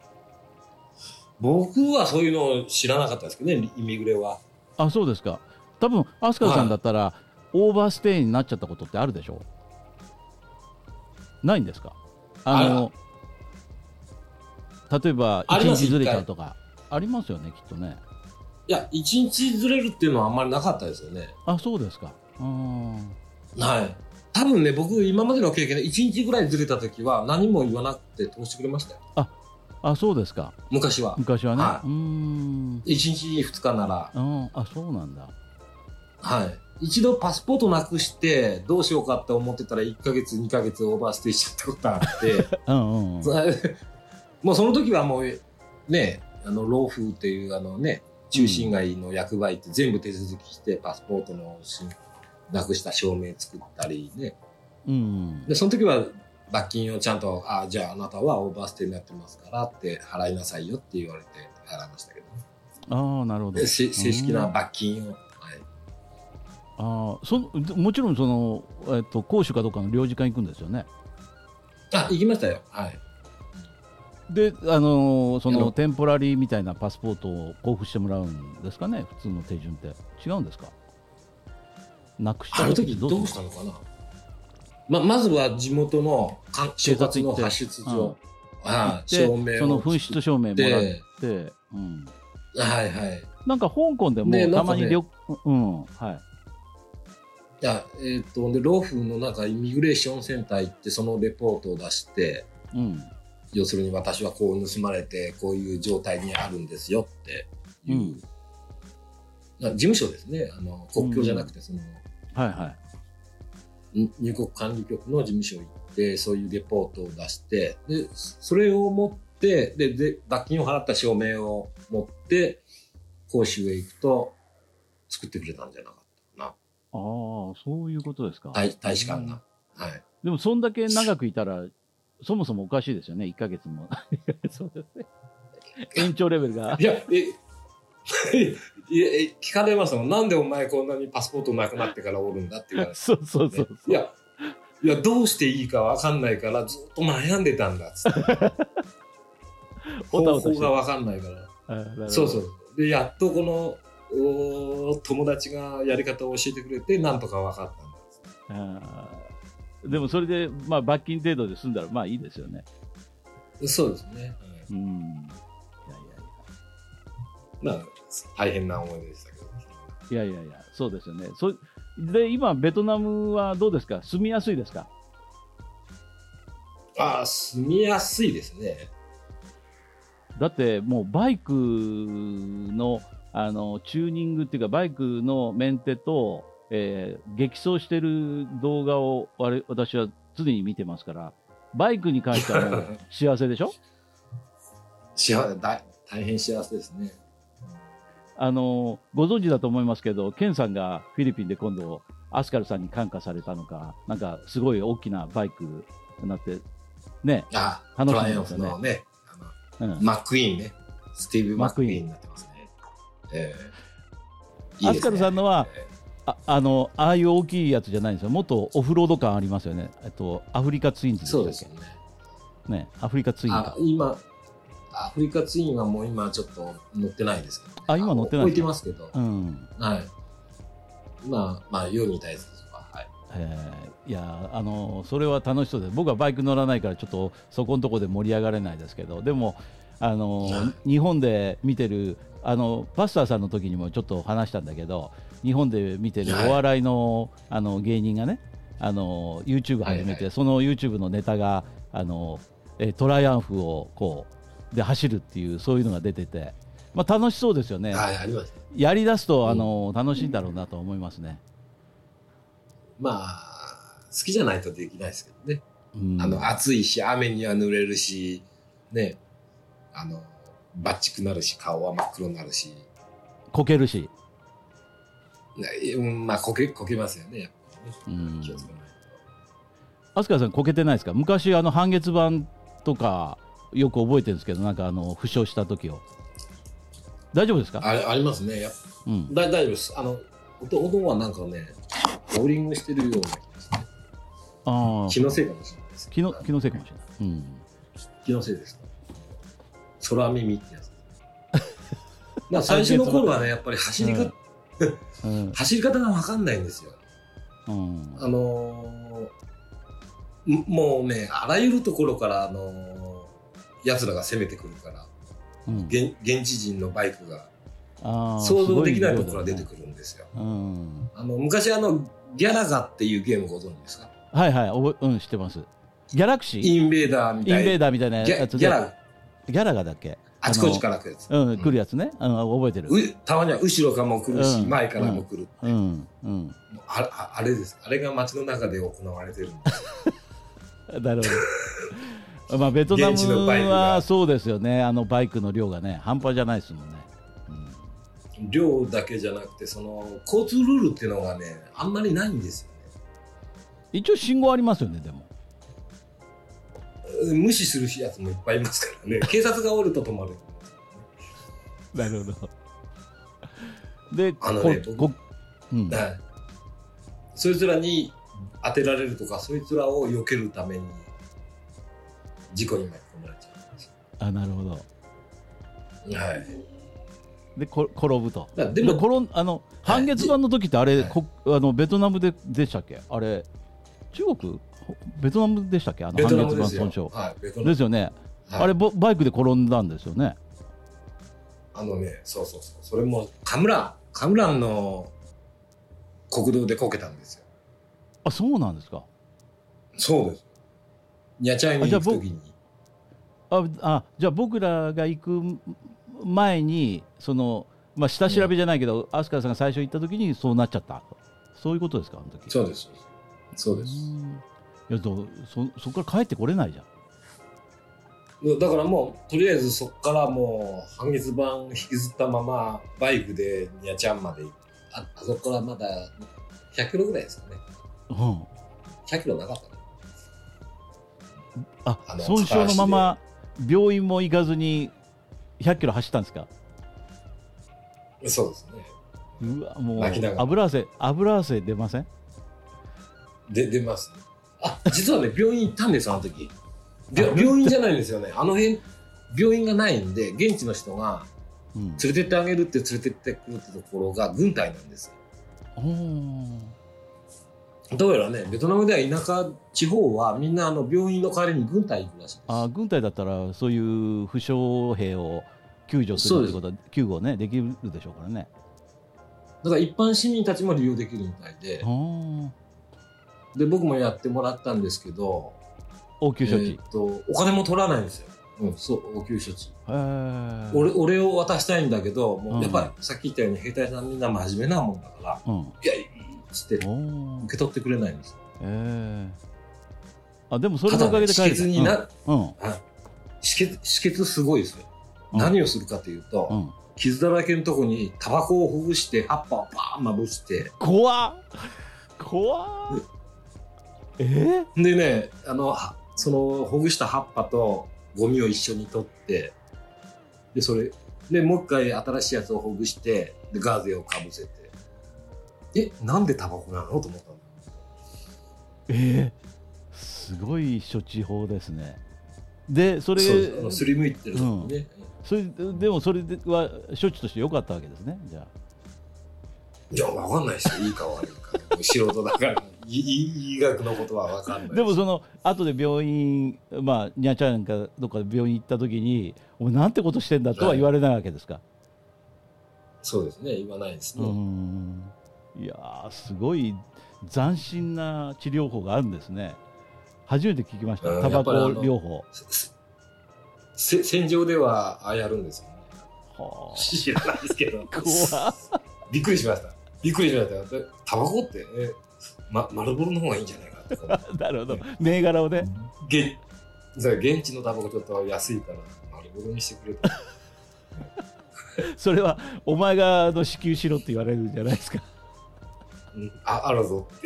僕はそういうのを知らなかったですけどね、イミグレは。 あ、そうですか。多分アスカルさんだったら、はい、オーバーステイになっちゃったことってあるでしょう？ないんですか？あの例えばいちにちずれちゃうとかありますよね、きっとね。 いや、いちにちずれるっていうのはあんまりなかったですよね。 あ、そうですか。あ、 はい。多分ね、僕今までの経験でいちにちぐらいずれた時は何も言わなくて通してくれましたよ。 ああ、そうですか。 昔は昔はね、 はい、うーんいちにちふつかなら。 ああ、そうなんだ。 はい。一度パスポートなくしてどうしようかって思ってたらいっかげつにかげつオーバーステイしちゃったことがあってうんうん、うん、もうその時はもうね、あの老夫っていうあのね中心街の役場行って全部手続きしてパスポートのなくした証明作ったりね、うん、でその時は罰金をちゃんと、あ、じゃああなたはオーバーステイになってますからって払いなさいよって言われて払いましたけどね。 ああ、なるほど。 正式な罰金を、はい、 あ、そもちろんその、えっと、公主かどうかの領事館行くんですよね。 あ、行きましたよ。はい。 で、あのー、そのテンポラリーみたいなパスポートを交付してもらうんですかね、普通の手順って。違うんですか？なくしたあの時どうしたのかな。ま, まずは地元の所轄の発出所、ああ証明をその紛失証明もらって、うん、 はいはい。 なんか香港でもたまに旅、ね、うん、はい。 いや、えっと、で、ローフのなんかイミグレーションセンター行って、そのレポートを出して、うん、要するに私はこう盗まれて、こういう状態にあるんですよっていう、うん、事務所ですね。あの、国境じゃなくて、その、うん、はいはい。入国管理局の事務所行って、そういうレポートを出して、で、それを持って、で、で、罰金を払った証明を持って、広州へ行くと、作ってくれたんじゃなかったかな。ああ、 そういうことですか。 大、大使館が。はい。 でも、そんだけ長くいたら、そもそもおかしいですよね、いっかげつも。そうですね。延長レベルが。 いや、え、いや聞かれますもん。なんでお前こんなにパスポートなくなってからおるんだって言われて、ね。 そうそうそうそう。いや、いや、どうしていいかわかんないからずっと悩んでたんだっつって。方法がわかんないから。そうそう。で、やっとこの友達がやり方を教えてくれて、なんとかわかったんだっつって。 あでもそれで、まあ、罰金程度で済んだらまあいいですよね。 そうですね。 うん。いやいやいや。まあ、大変な思いでしたけど。 いやいやいや、そうですよね。そで、今、ベトナムはどうですか？住みやすいですか？ ああ、住みやすいですね。 だって、もうバイクの、あのチューニングっていうか、バイクのメンテと、えー、激走してる動画を私は常に見てますから、バイクに関してはもう幸せでしょ？ 幸せ、大変幸せですね。 あのご存知だと思いますけど、ケンさんがフィリピンで今度アスカルさんに感化されたのか、なんかすごい大きなバイクになってね、 ああ、楽しみですね。トライアンフのね、あの、うん、マックイーンね、スティーブ・マックイーンになってますね。えー、いいですね。アスカルさんのは、えーあ, あのああいう大きいやつじゃないんですよ。もっとオフロード感ありますよね。えっとアフリカツインズでしたっけ？ そうですよね。 ね、アフリカツインか。 今アフリカツインはもう今ちょっと乗ってないですけど、ね。 あ、今乗ってない。 置いてますけど。 うん。 はい。まあまあ世に対するは、はい。 えー、いやあのそれは楽しそうで、僕はバイク乗らないからちょっとそこのところで盛り上がれないですけど、でもあの、はい、日本で見てるあのパスターさんの時にもちょっと話したんだけど。日本で見てるお笑い の,、はい、あの芸人がねあの YouTube 始めて、はいはい、その YouTube のネタがあのえトライアンフをこうで走るっていうそういうのが出てて、まあ、楽しそうですよね。 はい、あります。 やりだすとあの、うん、楽しいんだろうなと思いますね。 まあ好きじゃないとできないですけどね、うん、あの暑いし雨には濡れるしね、あのバッチクなるし顔は真っ黒になるしこけるし、 うん、まあこけ、こけますよね。やっぱりね。うん、気をつけないと。飛鳥さんこけてないですか？昔あの半月板とかよく覚えてるんですけど、なんかあの負傷した時を。大丈夫ですか？ あ, ありますね。やっうん、だ大丈夫です。あの音はなんかね、ボーリングしてるような気がして、ね。ああ。気のせいかもしれないです。 気の気のせいかもしれない。うん。 気のせいですか。空耳ってやつ。まあ最初の頃はね、やっぱり走り方、うんうん、走り方が分かんないんですよ。うん、あのー、もうね、あらゆるところから、あのー、奴らが攻めてくるから、うん、現, 現地人のバイクが想像できないところから出てくるんですよ。す、ねうん、あの昔あのギャラガっていうゲームご存知ですか？ はいはい、おうん、知ってます。ギャラクシーインベーダーみたいな。 インベーダーみたいなやつで。 ギャラガ。 ギャラガだっけ？ あちこちから来るやつ。 うん、来るやつね。うん、覚えてる。 たまには後ろからも来るし、うん、前からも来るって。 うん、うん。 あ, あ, あれです。あれが街の中で行われてるんです。 なるほど。まあ、ベトナムはそうですよね。あのバイクの量がね、半端じゃないですもんね。 うん、量だけじゃなくて、その、交通ルールっていうのがね、あんまりないんですよね。 一応信号ありますよね、でも。 無視するやつもいっぱいいますからね。警察がおると止まる。 なるほど。で、 あのね、僕、うん、はい。そいつらに当てられるとか、そいつらを避けるために事故に巻き込まれちゃうんです。 あ、なるほど。 はい。 で、こ転ぶと。 でも、 転んあの半月板の時ってあれ、はい、こあのベトナムででしたっけ？あれ、中国？ベトナムでしたっけ？あの半月板損傷。はい、ですよね。はい、あれバイクで転んだんですよね。 あのね、そうそうそう。それもカムラン、カムランの国道でこけたんですよ。 あ、そうなんですか。 そうです。ニャチャンに行くときに。 ああ、じゃあ僕らが行く前にその、まあ、下調べじゃないけど、飛鳥さんが最初行った時にそうなっちゃった、そういうことですか、あの時。 そうです。そうです。 いや、どそそこから帰ってこれないじゃん。 だからもうとりあえずそこからもう半月板引きずったままバイクでニャチャンまで あ, あそこからまだひゃくキロぐらいですかね。 うん、 ひゃくキロなかったね。 ああ損傷のまま病院も行かずにひゃっキロ走ったんですか。 そうですね。 うわ、もう油汗油汗出ません？ で出ます、ね、あ実はね病院行ったんですあの時。病院じゃないんですよね。あの辺病院がないんで現地の人が連れてってあげるって連れてってくるってところが軍隊なんです。 うん、 どうやらねベトナムでは田舎地方はみんなあの病院の代わりに軍隊行くらしいです。 あ、軍隊だったらそういう負傷兵を救助するってことは救護ねできるでしょうからね。 だから一般市民たちも利用できるみたいで、で僕もやってもらったんですけど、 応急処置、 えー、とお金も取らないんですよ。うん、そう応急処置。俺俺を渡したいんだけど、もうやっぱりさっき言ったように兵隊さんみんな真面目なもんだから、うん、いやいいっつって受け取ってくれないんですよ。えー、あでもそれのおかげで帰る。 ただね、止血にな、うんうん、止血止血すごいですよ。うん、何をするかというと、うん、傷だらけのとこにタバコをほぐして葉っぱをパーンまぶして。 怖っ怖っ。えー、でねあのそのほぐした葉っぱとゴミを一緒に取ってでそれでもう一回新しいやつをほぐしてでガーゼをかぶせて、えなんでタバコなのと思ったの。 えー、すごい処置法ですね。でそれそうすりむいてる時にね、うん、 それでもそれは処置として良かったわけですね。じゃあいや分かんないですよいいか悪いか素人だから医学のことは分かんない。 でもその後で病院まあニャチャンかどっかで病院行った時にお前なんてことしてんだとは言われないわけですか。はい、 そうですね言わないですね。うん、 いやーすごい斬新な治療法があるんですね。初めて聞きました。タバコ療法。 戦場ではああやるんですよね。はあ、知らないですけどびっくりしました。びっくりしました。タバコって、ねま、丸ボロの方がいいんじゃないかってなるほど、銘柄をね現現地のタバコちょっと安いから丸ボロにしてくれたそれはお前がの支給しろって言われるんじゃないですか。 うん、あ, あるぞって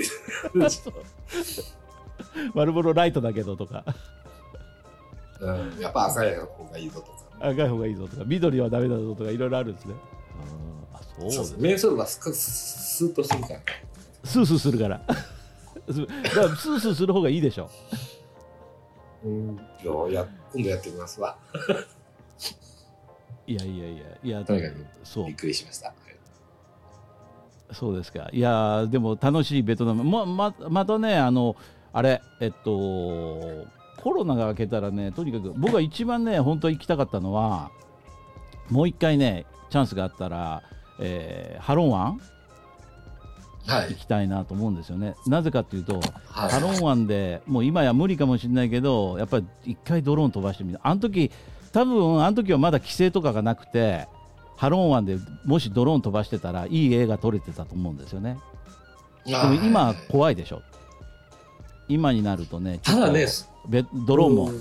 丸ボロライトだけどとか、 うん、やっぱ赤い方がいいぞとか、 ね、赤い方がいいぞとか緑はダメだぞとかいろいろあるんですね。 あそうですね。メンソールはスーッとするからスースーするからだからスースーする方がいいでしょ。 うんじゃあや今度やってみますわいやいやいやいやとにかくそうびっくりしました。 そうですか。いやでも楽しいベトナム ま, ま, またねあのあれえっとコロナが明けたらねとにかく僕が一番ね本当行きたかったのはもう一回ねチャンスがあったら、えー、ハロン湾、はい、行きたいなと思うんですよね。なぜかっていうと、はい、ハロン湾でもう今や無理かもしれないけどやっぱり一回ドローン飛ばしてみる。あの時多分あの時はまだ規制とかがなくてハロン湾でもしドローン飛ばしてたらいい映画撮れてたと思うんですよね。でも今怖いでしょ。今になるとねただねドローンも、うん、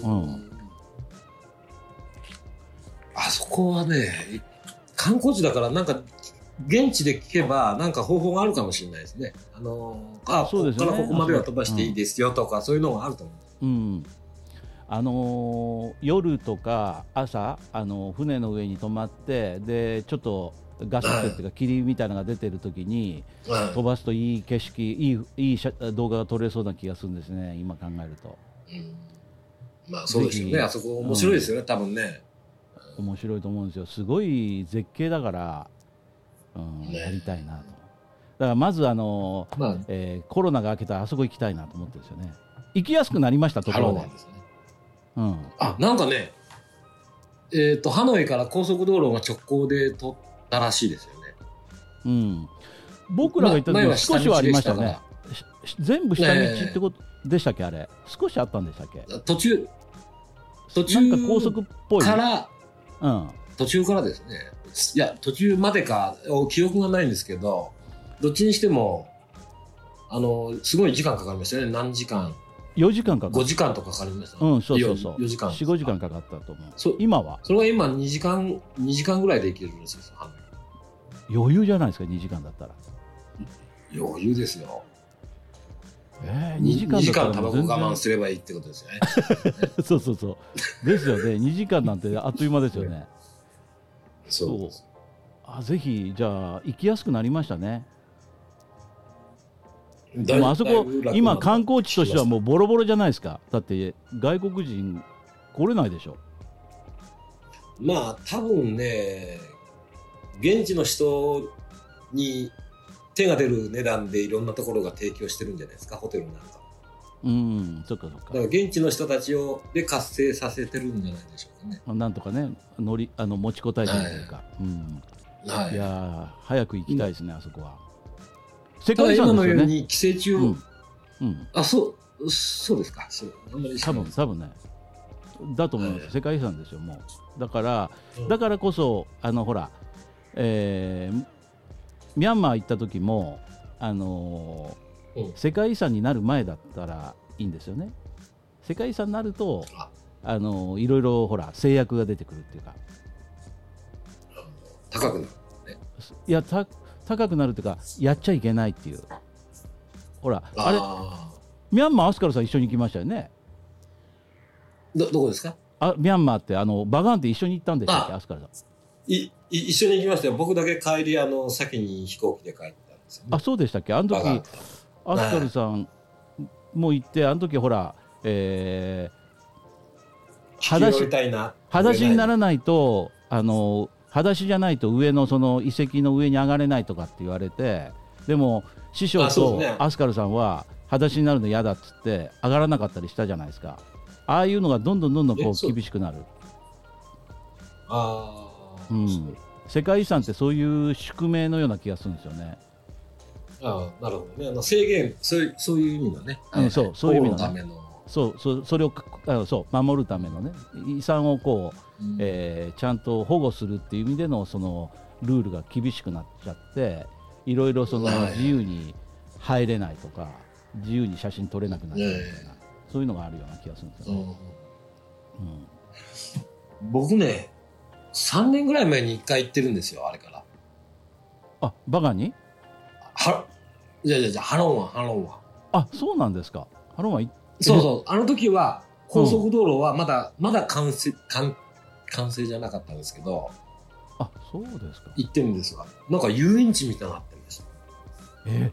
あそこはね観光地だからなんか現地で聞けばなんか方法があるかもしれないですね。あのあそうですね、ここからここまでは飛ばしていいですよとか、うん、そういうのがあると思う。うんあのー、夜とか朝、あのー、船の上に泊まってでちょっとガスっていうか霧みたいなのが出てる時に飛ばすといい景色いい、いい動画が撮れそうな気がするんですね今考えると。うん、 まあそうですよね。あそこ面白いですよね、うん、多分ね。 面白いと思うんですよ。すごい絶景だから、うんね、やりたいなと。だからまずあのーまあえー、コロナが明けたらあそこ行きたいなと思ってるんですよね。行きやすくなりましたところで。ですね、 うん、あなんかね、えーと、ハノイから高速道路が直行で通ったらしいですよね。 うん、僕らが行った時は少しはありましたね。 全部下道ってことでしたっけ、あれ少しあったんでしたっけ。 途中途中なんか高速っぽいから、 うん、 途中からですね。いや途中までか記憶がないんですけど、どっちにしてもあのすごい時間かかりましたね。何時間よじかんかかった。 ごじかんとかかかりました、ね、 うん、そうそうそう。 よじかんよん、ごじかんかかったと思う。そ今はそれが今にじかんにじかんぐらいで行けるんですよ。 余裕じゃないですか、にじかんだったら。 余裕ですよ。 えー、にじかんだったらにじかんタバコ我慢すればいいってことですよね。 そうそうそうですよね。にじかんなんてあっという間ですよね。 そうです。 あ、ぜひじゃあ行きやすくなりましたね。でもあそこ今観光地としてはもうボロボロじゃないですか。だって外国人来れないでしょ。 まあ多分ね、現地の人に手が出る値段でいろんなところが提供してるんじゃないですか、ホテルなんか。 うん、そっかそっか。 だから現地の人たちをで活性させてるんじゃないでしょうかね。 なんとかね、乗りあの持ちこたえてるというか、はいうんはい、いや早く行きたいですね、うん、あそこは。世界遺産ですよね。今のように寄生虫を、うんうん、 あそうそうですか。そうあんまり多分多分ねだと思います、はい、世界遺産ですよもう。だから、うん、だからこそあのほら、えー、ミャンマー行った時もあのーうん、世界遺産になる前だったらいいんですよね。世界遺産になるとあ、あのー、いろいろほら制約が出てくるっていうか、 高くなる、ね、 いやた高くなるっていうかやっちゃいけないっていう。ほら あ, あれミャンマーアスカルさん一緒に行きましたよね。 ど, どこですか。 あミャンマーってあのバガンって一緒に行ったんでしたっけ。アスカルさんいい一緒に行きましたよ。僕だけ帰りあの先に飛行機で帰ったんですよ、ね、 あそうでしたっけ。あの時アスカルさんも行ってあの時ほら、えー、裸足裸足にならないとあの裸足じゃないと上のその遺跡の上に上がれないとかって言われて、でも師匠とアスカルさんは裸足になるの嫌だっつって上がらなかったりしたじゃないですか。ああいうのがどんどんどんどんこう厳しくなる。 あ、 うん、世界遺産ってそういう宿命のような気がするんですよね。 ああなるほどね。あの制限そういうそういう意味のね、 うん、そうそういう意味の、ね、 ためのそうそうそれをあそう守るためのね遺産をこう、うんえー、ちゃんと保護するっていう意味でのそのルールが厳しくなっちゃっていろいろその自由に入れないとか自由に写真撮れなくなっちゃうみたいな、そういうのがあるような気がするんですよね。 うんうん、僕ねさんねんぐらい前にいっかい行ってるんですよ、あれから。 あバガンにはじゃあじゃあじゃあハロン湾ハロン湾あそうなんですか。ハロン湾行ってそうそうあの時は高速道路はまだ、うん、まだ完成完完成じゃなかったんですけど。 あそうですか。 行ってるんですがなんか遊園地みたいなのあってました。 え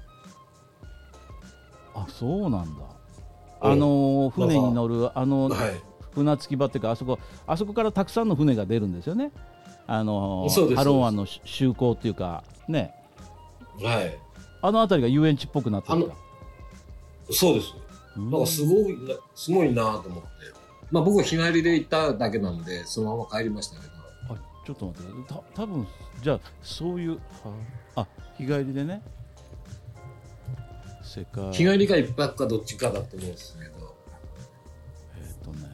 あそうなんだ。あの船に乗るあの、はい、船着き場っていうかあそこあそこからたくさんの船が出るんですよね。あのハロン湾の就航っていうかね、 はい、 あの辺りが遊園地っぽくなってるか。 そうです。なんかすごいすごいなと思って、まあ僕は日帰りで行っただけなんでそのまま帰りましたけど。 あちょっと待ってた多分じゃあそういうあ日帰りでね。世界日帰りか一泊かどっちかだと思うんですけど。 えっ、ー、とね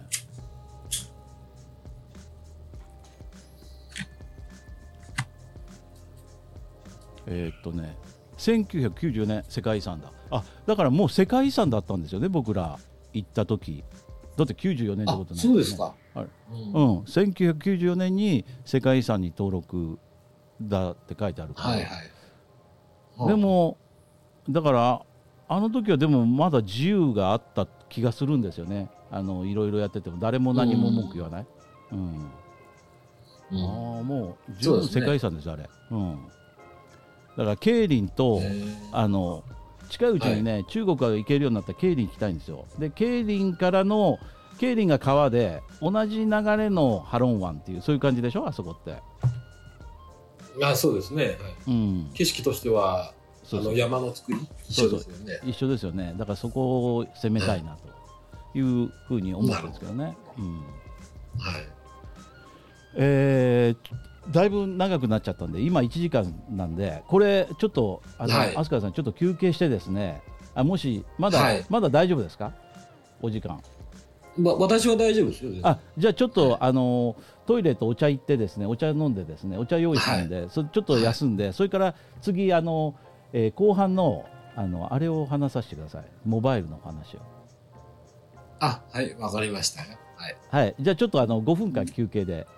えっ、ー、とねせんきゅうひゃくきゅうじゅうよねん世界遺産だ。あだからもう世界遺産だったんですよね僕ら行った時だってきゅうじゅうよねんってことなんですね。 そうですか。 はいうん、うん、せんきゅうひゃくきゅうじゅうよねんに世界遺産に登録だって書いてあるから、はいはいはあ、でもだからあの時はでもまだ自由があった気がするんですよね。あのいろいろやってても誰も何も文句言わない、うんうん、ああもう十分世界遺産ですよ、ね、あれ、うん、だからケイリンとあの近いうちにね、はい、中国が行けるようになったらケイリン行きたいんですよ。でケイリンからのケイリンが川で同じ流れのハロン湾っていうそういう感じでしょあそこって。 あそうですね、はいうん、景色としてはそうそうあの山の作り一緒ですよね。そうそう一緒ですよね。 だからそこを攻めたいなというふうに思ったんですけどね、うん、はいえー、だいぶ長くなっちゃったんで今いちじかんなんでこれちょっとあの、はい、飛鳥さんちょっと休憩してですねあ、もしまだ、はい、まだ大丈夫ですか、お時間。 ま、私は大丈夫ですよ。 あ、じゃあちょっと、はい、あのトイレとお茶行ってですね、お茶飲んでですね、お茶用意するんで、はい、そちょっと休んで、はい、それから次あの、えー、後半のあのあれを話させてください、モバイルの話を。 あ、はい、わかりましたよ。はい、 はい、じゃあちょっとあのごふんかん休憩で。